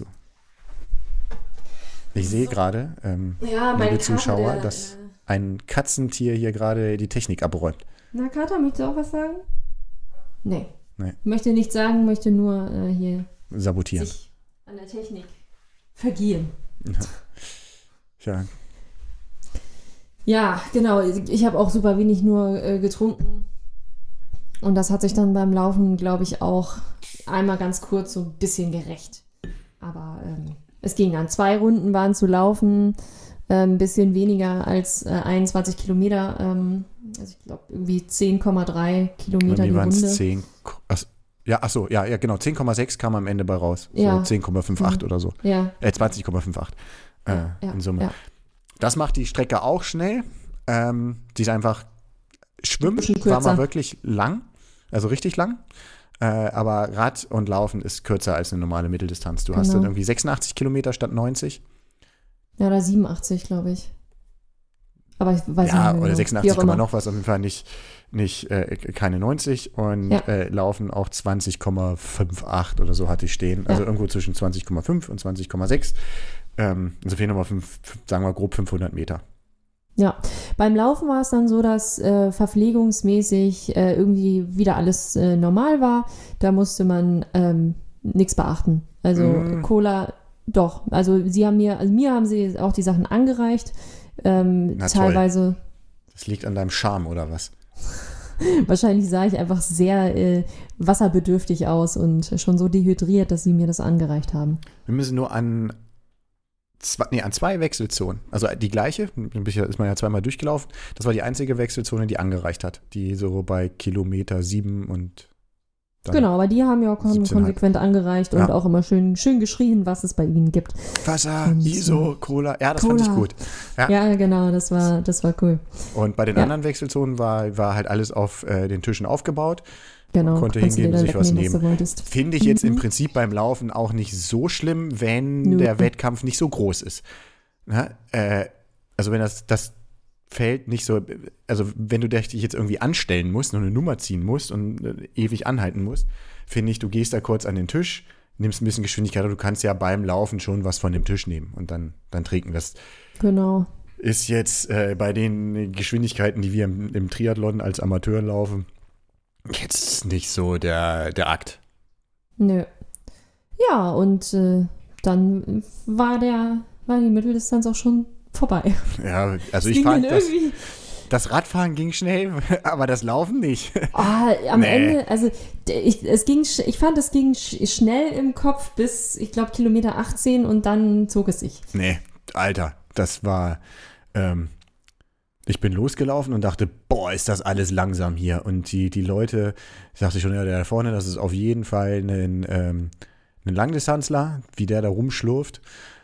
Ich sehe gerade, liebe Zuschauer, dass ein Katzentier hier gerade die Technik abräumt. Na, Kater, möchtest du auch was sagen? Nee. Möchte nichts sagen, möchte nur hier sabotieren. Sich an der Technik vergehen. Ja. Ja, genau. Ich habe auch super wenig nur getrunken. Und das hat sich dann beim Laufen, glaube ich, auch einmal ganz kurz so ein bisschen gerecht. Aber es ging dann. 2 Runden waren zu laufen, ein bisschen weniger als 21 Kilometer. Also ich glaube irgendwie 10,3 Kilometer die Runde. 10, ja, genau, 10,6 kam am Ende bei raus. Ja. So 10,58 oder so. Ja. 20,58 in Summe. Ja. Das macht die Strecke auch schnell. Die ist einfach, Schwimmen war mal wirklich lang, also richtig lang. Aber Rad und Laufen ist kürzer als eine normale Mitteldistanz. Du hast dann irgendwie 86 Kilometer statt 90. Ja, oder 87, glaube ich. Aber ich weiß nicht mehr genau. Oder 86, noch was, auf jeden Fall nicht keine 90 und Laufen auch 20,58 oder so hatte ich stehen. Also irgendwo zwischen 20,5 und 20,6. Also fehlen nochmal sagen wir grob 500 Meter. Ja, beim Laufen war es dann so, dass verpflegungsmäßig irgendwie wieder alles normal war. Da musste man nichts beachten. Also Cola, doch. Also mir haben sie auch die Sachen angereicht. Teilweise. Toll. Das liegt an deinem Charme, oder was? Wahrscheinlich sah ich einfach sehr wasserbedürftig aus und schon so dehydriert, dass sie mir das angereicht haben. Wir müssen nur an 2 Wechselzonen, also die gleiche, ist man ja zweimal durchgelaufen, das war die einzige Wechselzone, die angereicht hat, die so bei Kilometer 7 und genau, aber die haben ja auch konsequent angereicht und auch immer schön geschrien, was es bei ihnen gibt. Wasser, ISO, Cola, ja, das fand ich gut. Ja, genau, das war cool. Und bei den anderen Wechselzonen war halt alles auf den Tischen aufgebaut. Genau, konnte hingehen und sich was nehmen. Finde ich jetzt im Prinzip beim Laufen auch nicht so schlimm, wenn der Wettkampf nicht so groß ist. also wenn das Feld nicht so, also wenn du dich jetzt irgendwie anstellen musst und eine Nummer ziehen musst und ewig anhalten musst, finde ich, du gehst da kurz an den Tisch, nimmst ein bisschen Geschwindigkeit, aber du kannst ja beim Laufen schon was von dem Tisch nehmen und dann trinken. Das ist jetzt bei den Geschwindigkeiten, die wir im Triathlon als Amateur laufen, jetzt nicht so der Akt. Nö. Ja, und dann war die Mitteldistanz auch schon vorbei. Ja, also ich fand das Radfahren ging schnell, aber das Laufen nicht. Am Ende, also ich fand, es ging schnell im Kopf bis, ich glaube, Kilometer 18 und dann zog es sich. Nee, Alter, das war, ich bin losgelaufen und dachte, boah, ist das alles langsam hier. Und die Leute, ich dachte schon, ja, der da vorne, das ist auf jeden Fall ein Langdistanzler, wie der da rumschlurft.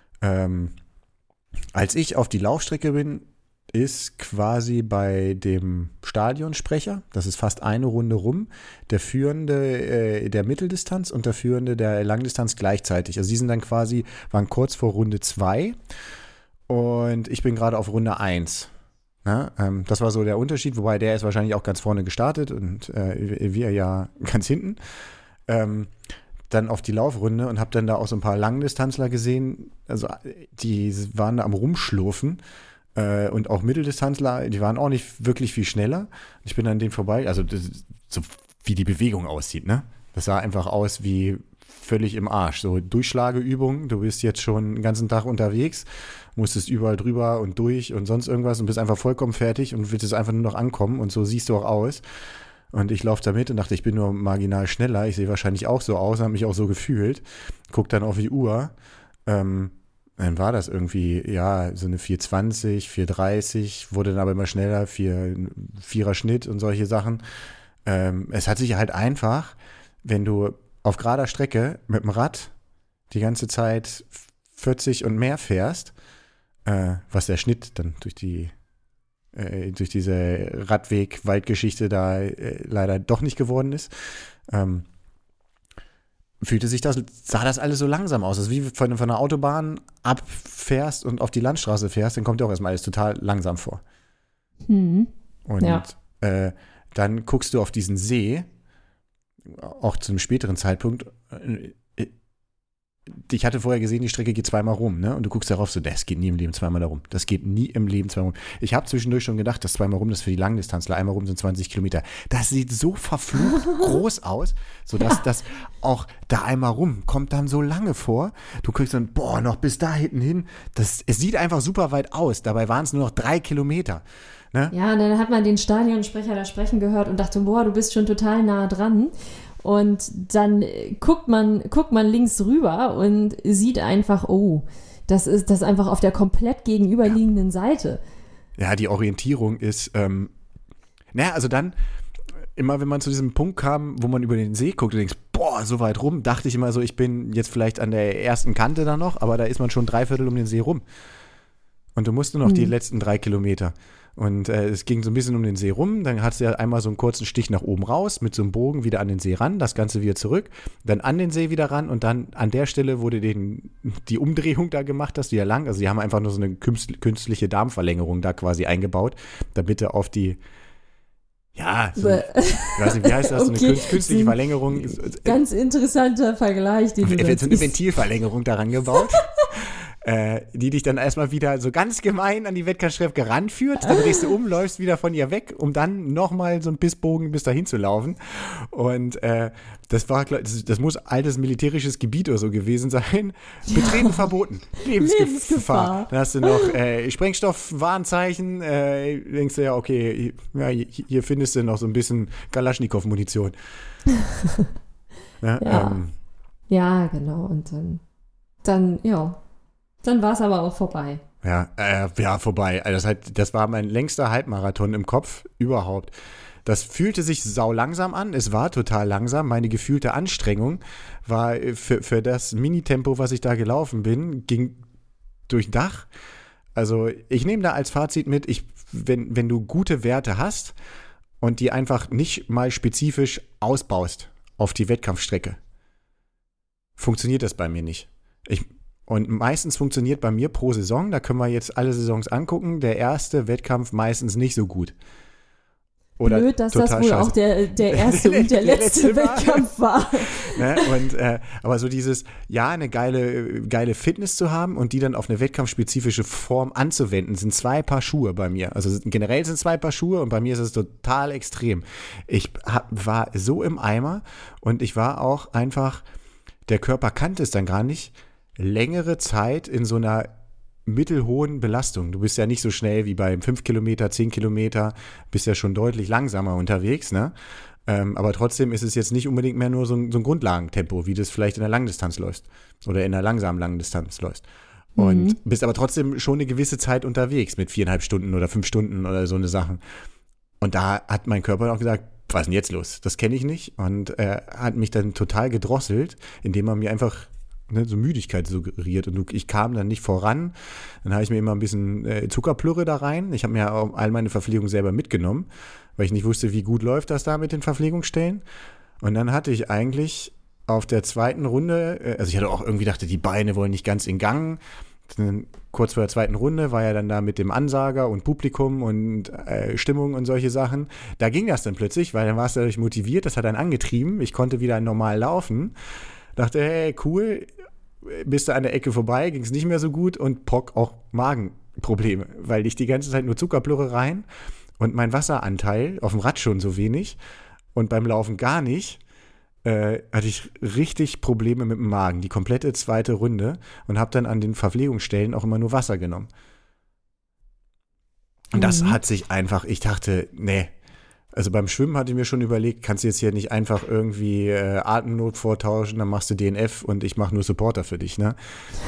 Als ich auf die Laufstrecke bin, ist quasi bei dem Stadionsprecher, das ist fast eine Runde rum, der Führende der Mitteldistanz und der Führende der Langdistanz gleichzeitig. Also die sind dann waren kurz vor Runde 2 und ich bin gerade auf Runde 1. Ja, das war so der Unterschied, wobei der ist wahrscheinlich auch ganz vorne gestartet und wir ja ganz hinten. Dann auf die Laufrunde und habe dann da auch so ein paar Langdistanzler gesehen, also die waren da am Rumschlurfen und auch Mitteldistanzler, die waren auch nicht wirklich viel schneller. Ich bin an denen vorbei, also so wie die Bewegung aussieht, ne? Das sah einfach aus wie völlig im Arsch, so Durchschlageübung, du bist jetzt schon den ganzen Tag unterwegs, musstest überall drüber und durch und sonst irgendwas und bist einfach vollkommen fertig und willst einfach nur noch ankommen und so siehst du auch aus. Und ich laufe da mit und dachte, ich bin nur marginal schneller. Ich sehe wahrscheinlich auch so aus, habe mich auch so gefühlt. Guck dann auf die Uhr. Dann war das irgendwie, ja, so eine 4:20, 4:30, wurde dann aber immer schneller, 4er Schnitt und solche Sachen. Es hat sich halt einfach, wenn du auf gerader Strecke mit dem Rad die ganze Zeit 40 und mehr fährst, was der Schnitt dann durch diese Radweg-Waldgeschichte da leider doch nicht geworden ist, sah das alles so langsam aus. Das ist wie von einer Autobahn abfährst und auf die Landstraße fährst, dann kommt dir auch erstmal alles total langsam vor. Und dann guckst du auf diesen See, auch zu einem späteren Zeitpunkt. Ich hatte vorher gesehen, die Strecke geht zweimal rum, ne? Und du guckst darauf so, das geht nie im Leben zweimal da rum. Das geht nie im Leben zweimal rum. Ich habe zwischendurch schon gedacht, das zweimal rum, das ist für die Langdistanzler, einmal rum sind 20 Kilometer. Das sieht so verflucht groß aus, sodass das auch da einmal rum kommt dann so lange vor. Du guckst dann, boah, noch bis da hinten hin. Es sieht einfach super weit aus. Dabei waren es nur noch 3 Kilometer. Ne? Ja, und dann hat man den Stadionsprecher da sprechen gehört und dachte, boah, du bist schon total nah dran. Und dann guckt man links rüber und sieht einfach, oh, das ist einfach auf der komplett gegenüberliegenden Seite. Ja, die Orientierung ist, also dann, immer wenn man zu diesem Punkt kam, wo man über den See guckt und denkst, boah, so weit rum, dachte ich immer so, ich bin jetzt vielleicht an der ersten Kante da noch, aber da ist man schon 3/4 um den See rum. Und du musst nur noch die letzten 3 Kilometer. Und es ging so ein bisschen um den See rum, dann hat es ja einmal so einen kurzen Stich nach oben raus, mit so einem Bogen wieder an den See ran, das Ganze wieder zurück, dann an den See wieder ran und dann an der Stelle wurde die Umdrehung da gemacht, das wieder lang, also die haben einfach nur so eine künstliche Darmverlängerung da quasi eingebaut, damit du auf die, ja, so, ich weiß nicht, wie heißt das, okay. So eine künstliche Verlängerung. Ganz interessanter Vergleich, den du da so eine Ventilverlängerung daran gebaut. Die dich dann erstmal wieder so ganz gemein an die Wettkampfstrecke ranführt, dann drehst du um, läufst wieder von ihr weg, um dann nochmal so einen Pissbogen bis dahin zu laufen. Und das muss altes militärisches Gebiet oder so gewesen sein. Betreten verboten. Lebensgefahr. Dann hast du noch Sprengstoffwarnzeichen. Denkst du ja, okay, ja, hier findest du noch so ein bisschen Kalaschnikow-Munition. Ja, genau. Und dann war es aber auch vorbei. Ja, vorbei. Also das war mein längster Halbmarathon im Kopf überhaupt. Das fühlte sich sau langsam an. Es war total langsam. Meine gefühlte Anstrengung war für das Minitempo, was ich da gelaufen bin, ging durch Dach. Also ich nehme da als Fazit mit, wenn du gute Werte hast und die einfach nicht mal spezifisch ausbaust auf die Wettkampfstrecke, funktioniert das bei mir nicht. Und meistens funktioniert bei mir pro Saison, da können wir jetzt alle Saisons angucken, der erste Wettkampf meistens nicht so gut. Oder blöd, dass das wohl auch der erste und der letzte Wettkampf war. Ne? Aber so dieses, eine geile Fitness zu haben und die dann auf eine wettkampfspezifische Form anzuwenden, sind 2 Paar Schuhe bei mir. Also generell sind 2 Paar Schuhe und bei mir ist es total extrem. Ich war so im Eimer und ich war auch einfach, der Körper kannte es dann gar nicht, längere Zeit in so einer mittelhohen Belastung. Du bist ja nicht so schnell wie beim 5 Kilometer, 10 Kilometer, bist ja schon deutlich langsamer unterwegs, ne? Aber trotzdem ist es jetzt nicht unbedingt mehr nur so ein Grundlagentempo, wie du es vielleicht in der Langdistanz läufst oder in der langsamen Langdistanz läufst. Und bist aber trotzdem schon eine gewisse Zeit unterwegs mit 4,5 Stunden oder 5 Stunden oder so eine Sachen. Und da hat mein Körper auch gesagt, was ist denn jetzt los? Das kenne ich nicht. Und hat mich dann total gedrosselt, indem er mir einfach so Müdigkeit suggeriert und ich kam dann nicht voran. Dann habe ich mir immer ein bisschen Zuckerplürre da rein. Ich habe mir auch all meine Verpflegung selber mitgenommen, weil ich nicht wusste, wie gut läuft das da mit den Verpflegungsstellen. Und dann hatte ich eigentlich auf der zweiten Runde, also ich hatte auch irgendwie gedacht, die Beine wollen nicht ganz in Gang. Dann, kurz vor der zweiten Runde war ja dann da mit dem Ansager und Publikum und Stimmung und solche Sachen. Da ging das dann plötzlich, weil dann war es dadurch motiviert, das hat dann angetrieben. Ich konnte wieder normal laufen. Dachte, hey, cool, bist du an der Ecke vorbei, ging es nicht mehr so gut und Pock auch Magenprobleme, weil ich die ganze Zeit nur Zuckerplürre rein und mein Wasseranteil auf dem Rad schon so wenig und beim Laufen gar nicht, hatte ich richtig Probleme mit dem Magen, die komplette zweite Runde und habe dann an den Verpflegungsstellen auch immer nur Wasser genommen. Und das hat sich einfach, ich dachte, nee. Also beim Schwimmen hatte ich mir schon überlegt, kannst du jetzt hier nicht einfach irgendwie Atemnot vortauschen, dann machst du DNF und ich mache nur Supporter für dich, ne?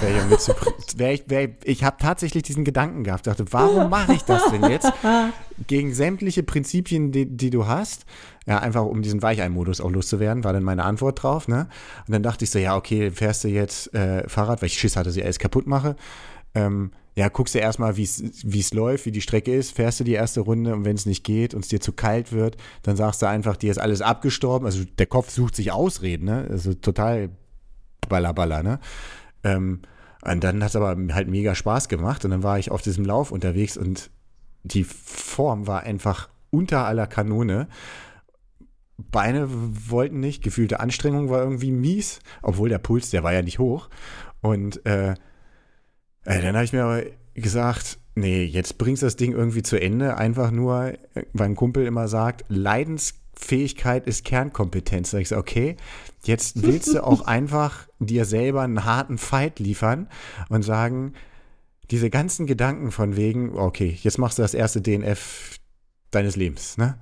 Ich habe tatsächlich diesen Gedanken gehabt, dachte, warum mache ich das denn jetzt? Gegen sämtliche Prinzipien, die du hast, ja, einfach um diesen Weichei-Modus auch loszuwerden, war dann meine Antwort drauf, ne? Und dann dachte ich so, ja, okay, fährst du jetzt Fahrrad, weil ich Schiss hatte, dass ich alles kaputt mache. Ja, guckst du erstmal, wie es läuft, wie die Strecke ist, fährst du die erste Runde und wenn es nicht geht und es dir zu kalt wird, dann sagst du einfach, dir ist alles abgestorben. Also der Kopf sucht sich Ausreden, ne? Also total Balla, ne? Und dann hat es aber halt mega Spaß gemacht und dann war ich auf diesem Lauf unterwegs und die Form war einfach unter aller Kanone. Beine wollten nicht, gefühlte Anstrengung war irgendwie mies, obwohl der Puls, der war ja nicht hoch. Und dann habe ich mir aber gesagt, nee, jetzt bringst du das Ding irgendwie zu Ende, einfach nur, weil ein Kumpel immer sagt, Leidensfähigkeit ist Kernkompetenz. Da ich so, okay, jetzt willst du auch einfach dir selber einen harten Fight liefern und sagen, diese ganzen Gedanken von wegen, okay, jetzt machst du das erste DNF deines Lebens, ne?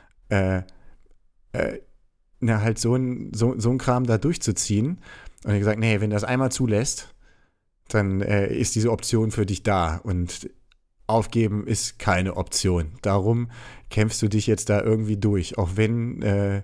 Halt so ein Kram da durchzuziehen. Und ich habe gesagt, nee, wenn du das einmal zulässt, dann ist diese Option für dich da und aufgeben ist keine Option. Darum kämpfst du dich jetzt da irgendwie durch, auch wenn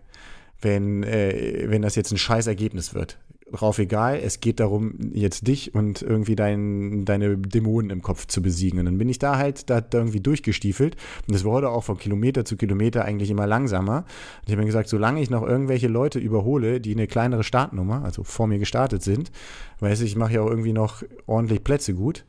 das jetzt ein scheiß Ergebnis wird. Drauf egal, es geht darum, jetzt dich und irgendwie deine Dämonen im Kopf zu besiegen. Und dann bin ich da irgendwie durchgestiefelt und es wurde auch von Kilometer zu Kilometer eigentlich immer langsamer. Und ich habe mir gesagt, solange ich noch irgendwelche Leute überhole, die eine kleinere Startnummer, also vor mir gestartet sind, weiß ich mache ja auch irgendwie noch ordentlich Plätze gut,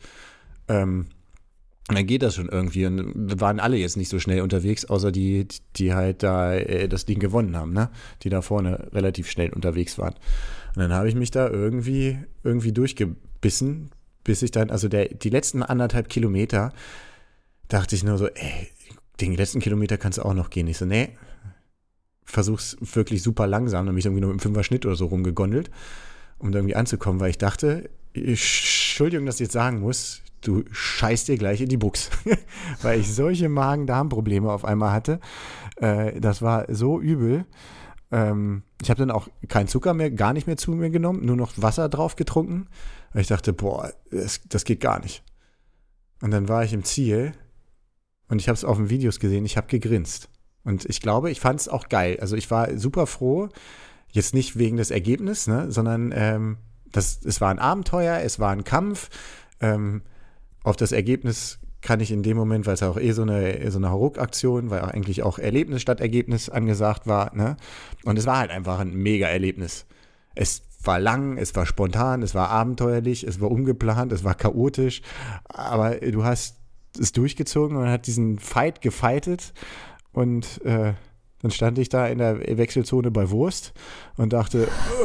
dann geht das schon irgendwie. Und waren alle jetzt nicht so schnell unterwegs, außer die halt da das Ding gewonnen haben, ne? Die da vorne relativ schnell unterwegs waren. Und dann habe ich mich da irgendwie durchgebissen, bis ich dann, also die letzten 1,5 Kilometer, dachte ich nur so, den letzten Kilometer kannst du auch noch gehen. Ich so, nee, versuch's wirklich super langsam. Dann bin ich irgendwie nur mit dem 5er Schnitt oder so rumgegondelt, um da irgendwie anzukommen, weil ich dachte, Entschuldigung, dass ich jetzt sagen muss, du scheißt dir gleich in die Buchs. Weil ich solche Magen-Darm-Probleme auf einmal hatte. Das war so übel. Ich habe dann auch keinen Zucker mehr, gar nicht mehr zu mir genommen, nur noch Wasser drauf getrunken. Weil ich dachte, boah, das geht gar nicht. Und dann war ich im Ziel und ich habe es auf den Videos gesehen, ich habe gegrinst. Und ich glaube, ich fand es auch geil. Also ich war super froh, jetzt nicht wegen des Ergebnisses, ne, sondern es war ein Abenteuer, es war ein Kampf. Auf das Ergebnis kann ich in dem Moment, weil es auch so eine Hauruck-Aktion, weil eigentlich auch Erlebnis statt Ergebnis angesagt war, ne? Und es war halt einfach ein Mega-Erlebnis. Es war lang, es war spontan, es war abenteuerlich, es war ungeplant, es war chaotisch, aber du hast es durchgezogen und hat diesen Fight gefightet und dann stand ich da in der Wechselzone bei Wurst und dachte,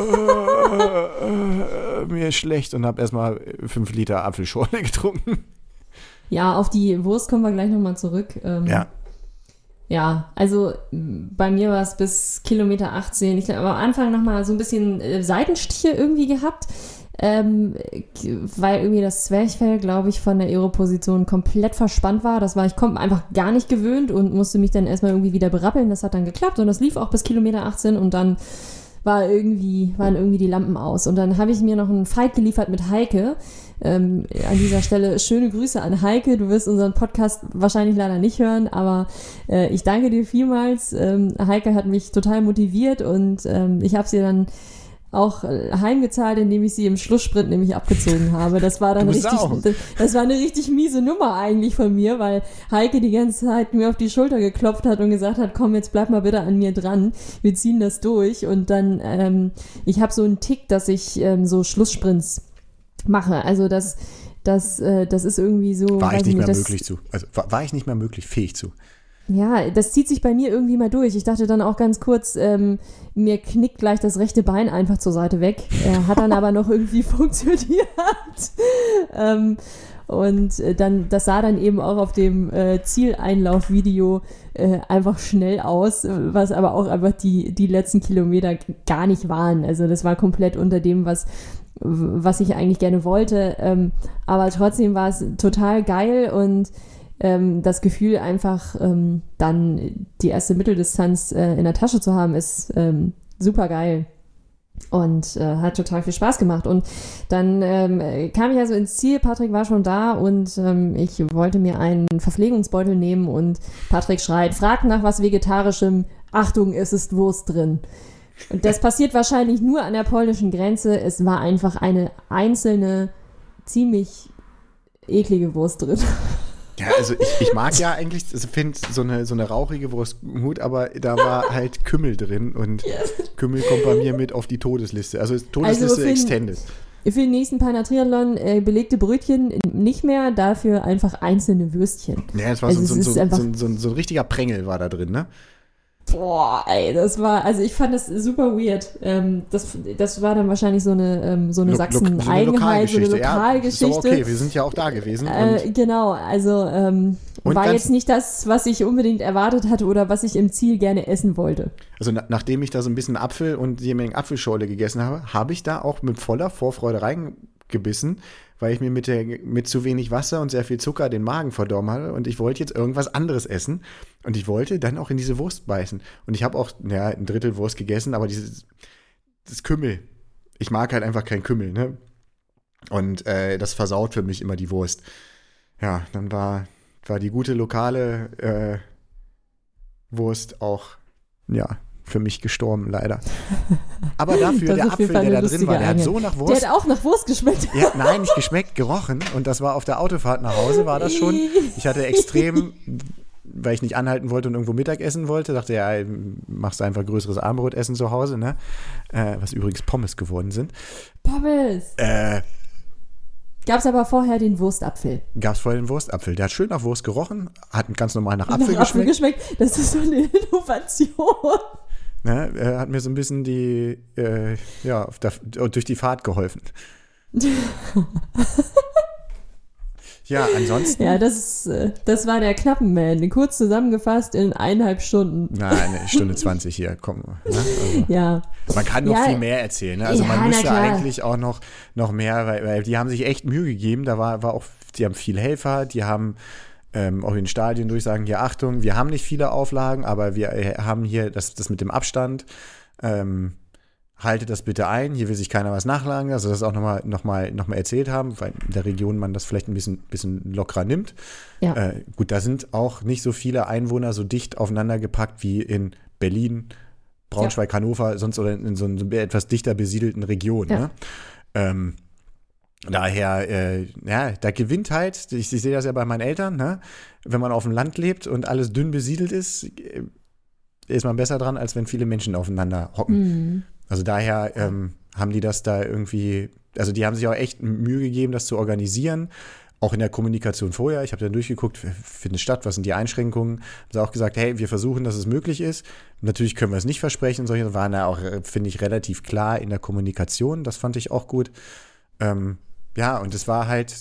mir ist schlecht und habe erstmal 5 Liter Apfelschorle getrunken. Ja, auf die Wurst kommen wir gleich nochmal zurück. Ja, also bei mir war es bis Kilometer 18. Ich habe am Anfang nochmal so ein bisschen Seitenstiche irgendwie gehabt, weil irgendwie das Zwerchfell, glaube ich, von der Aeroposition komplett verspannt war. Ich komme einfach gar nicht gewöhnt und musste mich dann erstmal irgendwie wieder berappeln. Das hat dann geklappt und das lief auch bis Kilometer 18 und dann waren irgendwie die Lampen aus. Und dann habe ich mir noch einen Fight geliefert mit Heike. An dieser Stelle schöne Grüße an Heike. Du wirst unseren Podcast wahrscheinlich leider nicht hören, aber ich danke dir vielmals. Heike hat mich total motiviert und ich habe sie dann auch heimgezahlt, indem ich sie im Schlusssprint nämlich abgezogen habe. Das war dann das war eine richtig miese Nummer eigentlich von mir, weil Heike die ganze Zeit mir auf die Schulter geklopft hat und gesagt hat, komm, jetzt bleib mal bitte an mir dran, wir ziehen das durch. Und dann, ich habe so einen Tick, dass ich so Schlusssprints mache. Also das ist irgendwie so. War ich nicht mehr möglich fähig zu. Ja, das zieht sich bei mir irgendwie mal durch. Ich dachte dann auch ganz kurz, mir knickt gleich das rechte Bein einfach zur Seite weg. Hat dann aber noch irgendwie funktioniert. Das sah dann eben auch auf dem Zieleinlaufvideo einfach schnell aus, was aber auch einfach die letzten Kilometer gar nicht waren. Also das war komplett unter dem, was ich eigentlich gerne wollte. Aber trotzdem war es total geil und das Gefühl einfach dann die erste Mitteldistanz in der Tasche zu haben, ist super geil und hat total viel Spaß gemacht. Und dann kam ich also ins Ziel, Patrick war schon da und ich wollte mir einen Verpflegungsbeutel nehmen und Patrick schreit, fragt nach was Vegetarischem, Achtung, es ist Wurst drin. Und das passiert wahrscheinlich nur an der polnischen Grenze. Es war einfach eine einzelne, ziemlich eklige Wurst drin. Ja, also ich mag ja eigentlich, also finde so eine rauchige Wurst gut, aber da war halt Kümmel drin und Kümmel kommt bei mir mit auf die Todesliste. Also Todesliste extended. Für den nächsten Panatriathlon belegte Brötchen nicht mehr, dafür einfach einzelne Würstchen. Ja, es war so ein richtiger Prängel war da drin, ne? Boah, ey, ich fand das super weird. Das war dann wahrscheinlich so eine Sachsen-Eigenheit, so eine Lokalgeschichte. Ja, ist aber okay, wir sind ja auch da gewesen. Genau, also war jetzt nicht das, was ich unbedingt erwartet hatte oder was ich im Ziel gerne essen wollte. Also nachdem ich da so ein bisschen Apfel und jede Menge Apfelschorle gegessen habe, habe ich da auch mit voller Vorfreude reingebissen, weil ich mir mit zu wenig Wasser und sehr viel Zucker den Magen verdorben hatte und ich wollte jetzt irgendwas anderes essen und ich wollte dann auch in diese Wurst beißen. Und ich habe auch ein Drittel Wurst gegessen, aber das Kümmel, ich mag halt einfach kein Kümmel, ne? Und das versaut für mich immer die Wurst. Ja, dann war die gute lokale Wurst auch, für mich gestorben, leider. Aber dafür, der Apfel, der da drin war, der hat so nach Wurst. Der hat auch nach Wurst geschmeckt. Ja, nein, nicht geschmeckt, gerochen. Und das war auf der Autofahrt nach Hause, war das schon. Ich hatte extrem, weil ich nicht anhalten wollte und irgendwo Mittag essen wollte, dachte, ja, machst du einfach größeres Armbrotessen zu Hause, ne? Was übrigens Pommes geworden sind. Pommes! Gab's aber vorher den Wurstapfel. Gab's vorher den Wurstapfel. Der hat schön nach Wurst gerochen, hat ganz normal nach Apfel geschmeckt. Das ist so eine Innovation. Ne, hat mir so ein bisschen durch die Fahrt geholfen. Ja, ansonsten. Ja, das war der Knappenman. Kurz zusammengefasst in 1,5 Stunden. Nein, 1:20 hier, komm. Ne? Also, ja. Man kann noch viel mehr erzählen. Ne? Also man müsste eigentlich auch noch mehr, weil die haben sich echt Mühe gegeben. Da war auch, die haben viel Helfer, die haben auch in den Stadien durchsagen, hier Achtung, wir haben nicht viele Auflagen, aber wir haben hier das mit dem Abstand. Haltet das bitte ein, hier will sich keiner was nachlagen, also das auch noch mal erzählt haben, weil in der Region man das vielleicht ein bisschen lockerer nimmt. Ja. Gut, da sind auch nicht so viele Einwohner so dicht aufeinander gepackt wie in Berlin, Braunschweig, Hannover, sonst oder in so einer etwas dichter besiedelten Region. Ja. Ne? Daher, da gewinnt halt, ich sehe das ja bei meinen Eltern, ne? Wenn man auf dem Land lebt und alles dünn besiedelt ist man besser dran, als wenn viele Menschen aufeinander hocken. Mhm. Also daher haben die das da irgendwie, also die haben sich auch echt Mühe gegeben, das zu organisieren, auch in der Kommunikation vorher. Ich habe dann durchgeguckt, findet statt, was sind die Einschränkungen. Haben sie auch gesagt, hey, wir versuchen, dass es möglich ist. Natürlich können wir es nicht versprechen. Solche waren da auch, finde ich, relativ klar in der Kommunikation. Das fand ich auch gut. Ja, und es war halt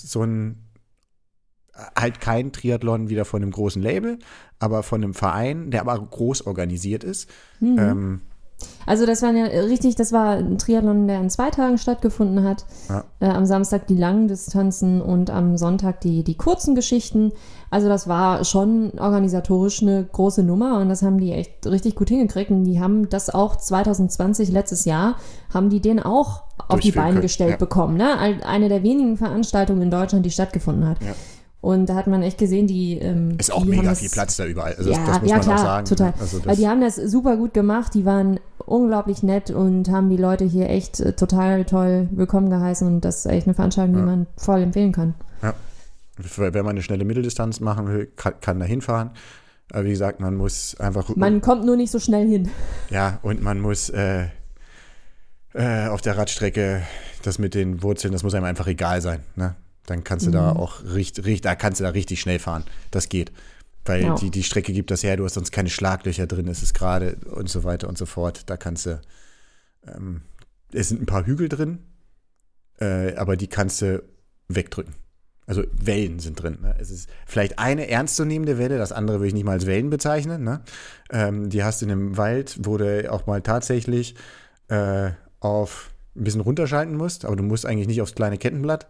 halt kein Triathlon wieder von einem großen Label, aber von einem Verein, der aber groß organisiert ist. Also das war ein Triathlon, der in 2 Tagen stattgefunden hat. Ja. Am Samstag die langen Distanzen und am Sonntag die kurzen Geschichten. Also das war schon organisatorisch eine große Nummer und das haben die echt richtig gut hingekriegt. Und die haben das auch 2020, letztes Jahr, haben die den auch auf die Beine gestellt bekommen. Ne? Eine der wenigen Veranstaltungen in Deutschland, die stattgefunden hat. Ja. Und da hat man echt gesehen, ist auch mega viel Platz da überall. Also das muss man auch sagen. Total. Also weil die haben das super gut gemacht. Die waren unglaublich nett und haben die Leute hier echt total toll willkommen geheißen. Und das ist echt eine Veranstaltung, die man voll empfehlen kann. Ja. Wenn man eine schnelle Mitteldistanz machen will, kann da hinfahren. Aber wie gesagt, man muss einfach... Man kommt nur nicht so schnell hin. Ja, und man muss auf der Radstrecke, das mit den Wurzeln, das muss einem einfach egal sein, ne? Dann kannst du da auch richtig schnell fahren. Das geht. Weil die Strecke gibt das her, du hast sonst keine Schlaglöcher drin, es ist gerade und so weiter und so fort. Da kannst du, es sind ein paar Hügel drin, aber die kannst du wegdrücken. Also Wellen sind drin. Ne? Es ist vielleicht eine ernstzunehmende Welle, das andere würde ich nicht mal als Wellen bezeichnen. Ne? Die hast du in einem Wald, wo du auch mal tatsächlich auf ein bisschen runterschalten musst, aber du musst eigentlich nicht aufs kleine Kettenblatt.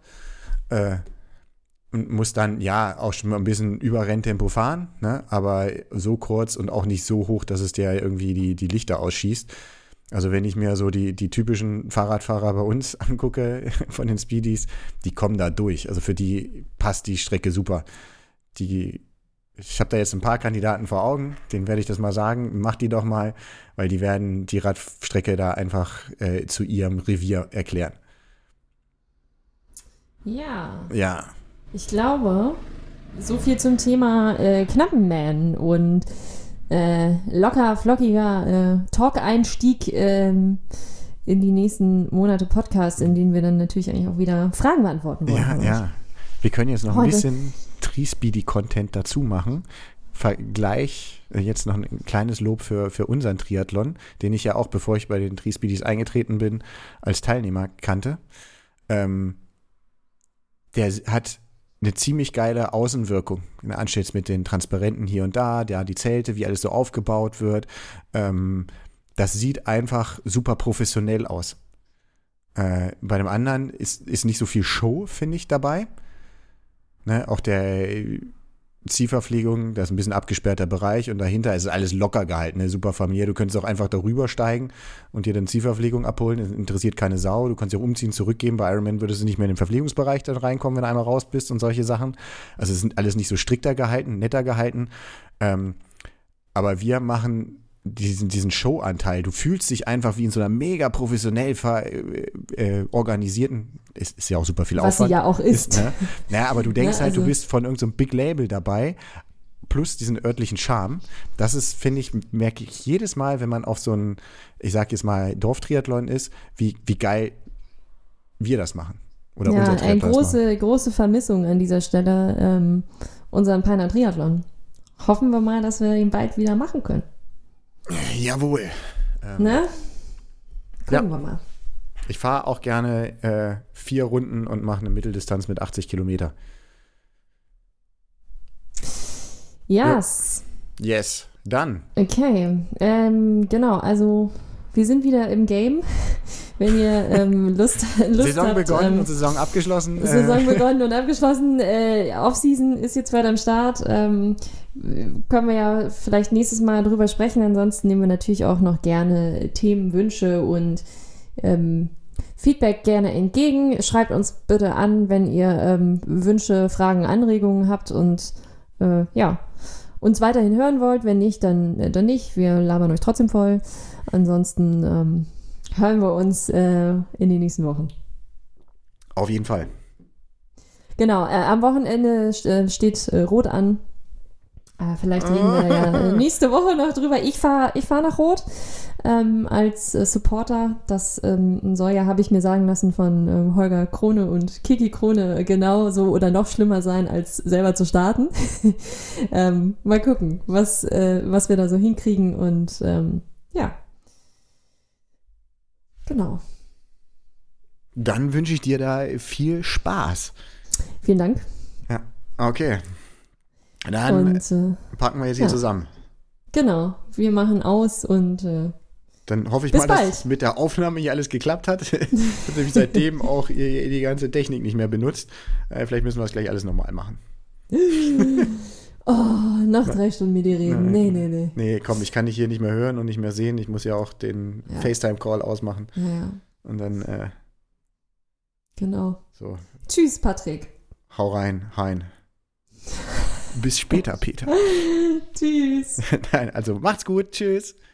Und muss dann auch schon mal ein bisschen über Renntempo fahren, ne? Aber so kurz und auch nicht so hoch, dass es dir irgendwie die Lichter ausschießt. Also wenn ich mir so die typischen Fahrradfahrer bei uns angucke von den Speedies, die kommen da durch. Also für die passt die Strecke super. Ich habe da jetzt ein paar Kandidaten vor Augen, denen werde ich das mal sagen, mach die doch mal, weil die werden die Radstrecke da einfach zu ihrem Revier erklären. Ja. Ich glaube, so viel zum Thema Knappenman und locker, flockiger Talk-Einstieg in die nächsten Monate Podcast, in denen wir dann natürlich eigentlich auch wieder Fragen beantworten wollen. Ja. Wir können jetzt noch ein bisschen Tri-Speedy-Content dazu machen. Vergleich, jetzt noch ein kleines Lob für unseren Triathlon, den ich ja auch, bevor ich bei den Tri-Speedies eingetreten bin, als Teilnehmer kannte. Der hat eine ziemlich geile Außenwirkung. Wenn du anstellst mit den Transparenten hier und da, die Zelte, wie alles so aufgebaut wird. Das sieht einfach super professionell aus. Bei dem anderen ist nicht so viel Show, finde ich, dabei. Ne, auch der Zielverpflegung, das ist ein bisschen abgesperrter Bereich und dahinter ist alles locker gehalten, ne? Super familiär. Du könntest auch einfach darüber steigen und dir dann Zielverpflegung abholen. Das interessiert keine Sau. Du kannst dich auch umziehen, zurückgeben. Bei Ironman würdest du nicht mehr in den Verpflegungsbereich dann reinkommen, wenn du einmal raus bist und solche Sachen. Also es sind alles nicht so strikter gehalten, netter gehalten. Aber wir machen diesen Show-Anteil. Du fühlst dich einfach wie in so einer mega professionell organisierten, ist ja auch super viel Aufwand. Was sie ja auch ist. Ne? Naja, aber du denkst halt, du bist von irgendeinem Big Label dabei, plus diesen örtlichen Charme. Das ist, finde ich, merke ich jedes Mal, wenn man auf so ein, ich sag jetzt mal, Dorftriathlon ist, wie geil wir das machen. Oder unser Triathlon eine große Vermissung an dieser Stelle, unseren Peiner Triathlon. Hoffen wir mal, dass wir ihn bald wieder machen können. Jawohl. Ne? Gucken wir mal. Ich fahre auch gerne 4 Runden und mache eine Mitteldistanz mit 80 Kilometer. Yes. Yes, dann. Okay, genau, also wir sind wieder im Game. Wenn ihr Lust Saison habt. Begonnen und Saison abgeschlossen. Saison begonnen und abgeschlossen. Offseason ist jetzt weiter am Start. Können wir ja vielleicht nächstes Mal drüber sprechen. Ansonsten nehmen wir natürlich auch noch gerne Themen, Wünsche und Feedback gerne entgegen. Schreibt uns bitte an, wenn ihr Wünsche, Fragen, Anregungen habt und uns weiterhin hören wollt. Wenn nicht, dann nicht. Wir labern euch trotzdem voll. Ansonsten hören wir uns in den nächsten Wochen. Auf jeden Fall. Genau, am Wochenende steht Rot an. Vielleicht reden wir ja nächste Woche noch drüber. Ich fahr nach Rot als Supporter. Das soll habe ich mir sagen lassen von Holger Krone und Kiki Krone, genauso oder noch schlimmer sein, als selber zu starten. Mal gucken, was wir da so hinkriegen und ja. Genau. Dann wünsche ich dir da viel Spaß. Vielen Dank. Ja, okay. Dann packen wir jetzt hier zusammen. Genau, wir machen aus und dann hoffe ich mal, dass mit der Aufnahme hier alles geklappt hat. Ich habe nämlich seitdem auch die ganze Technik nicht mehr benutzt. Vielleicht müssen wir das gleich alles nochmal machen. Noch 3 Stunden mit dir reden. Nee. Nee, komm, ich kann dich hier nicht mehr hören und nicht mehr sehen. Ich muss ja auch den FaceTime-Call ausmachen. Ja. Und dann genau. So. Tschüss, Patrick. Hau rein, Hein. Bis später, Peter. Tschüss. Nein, also macht's gut. Tschüss.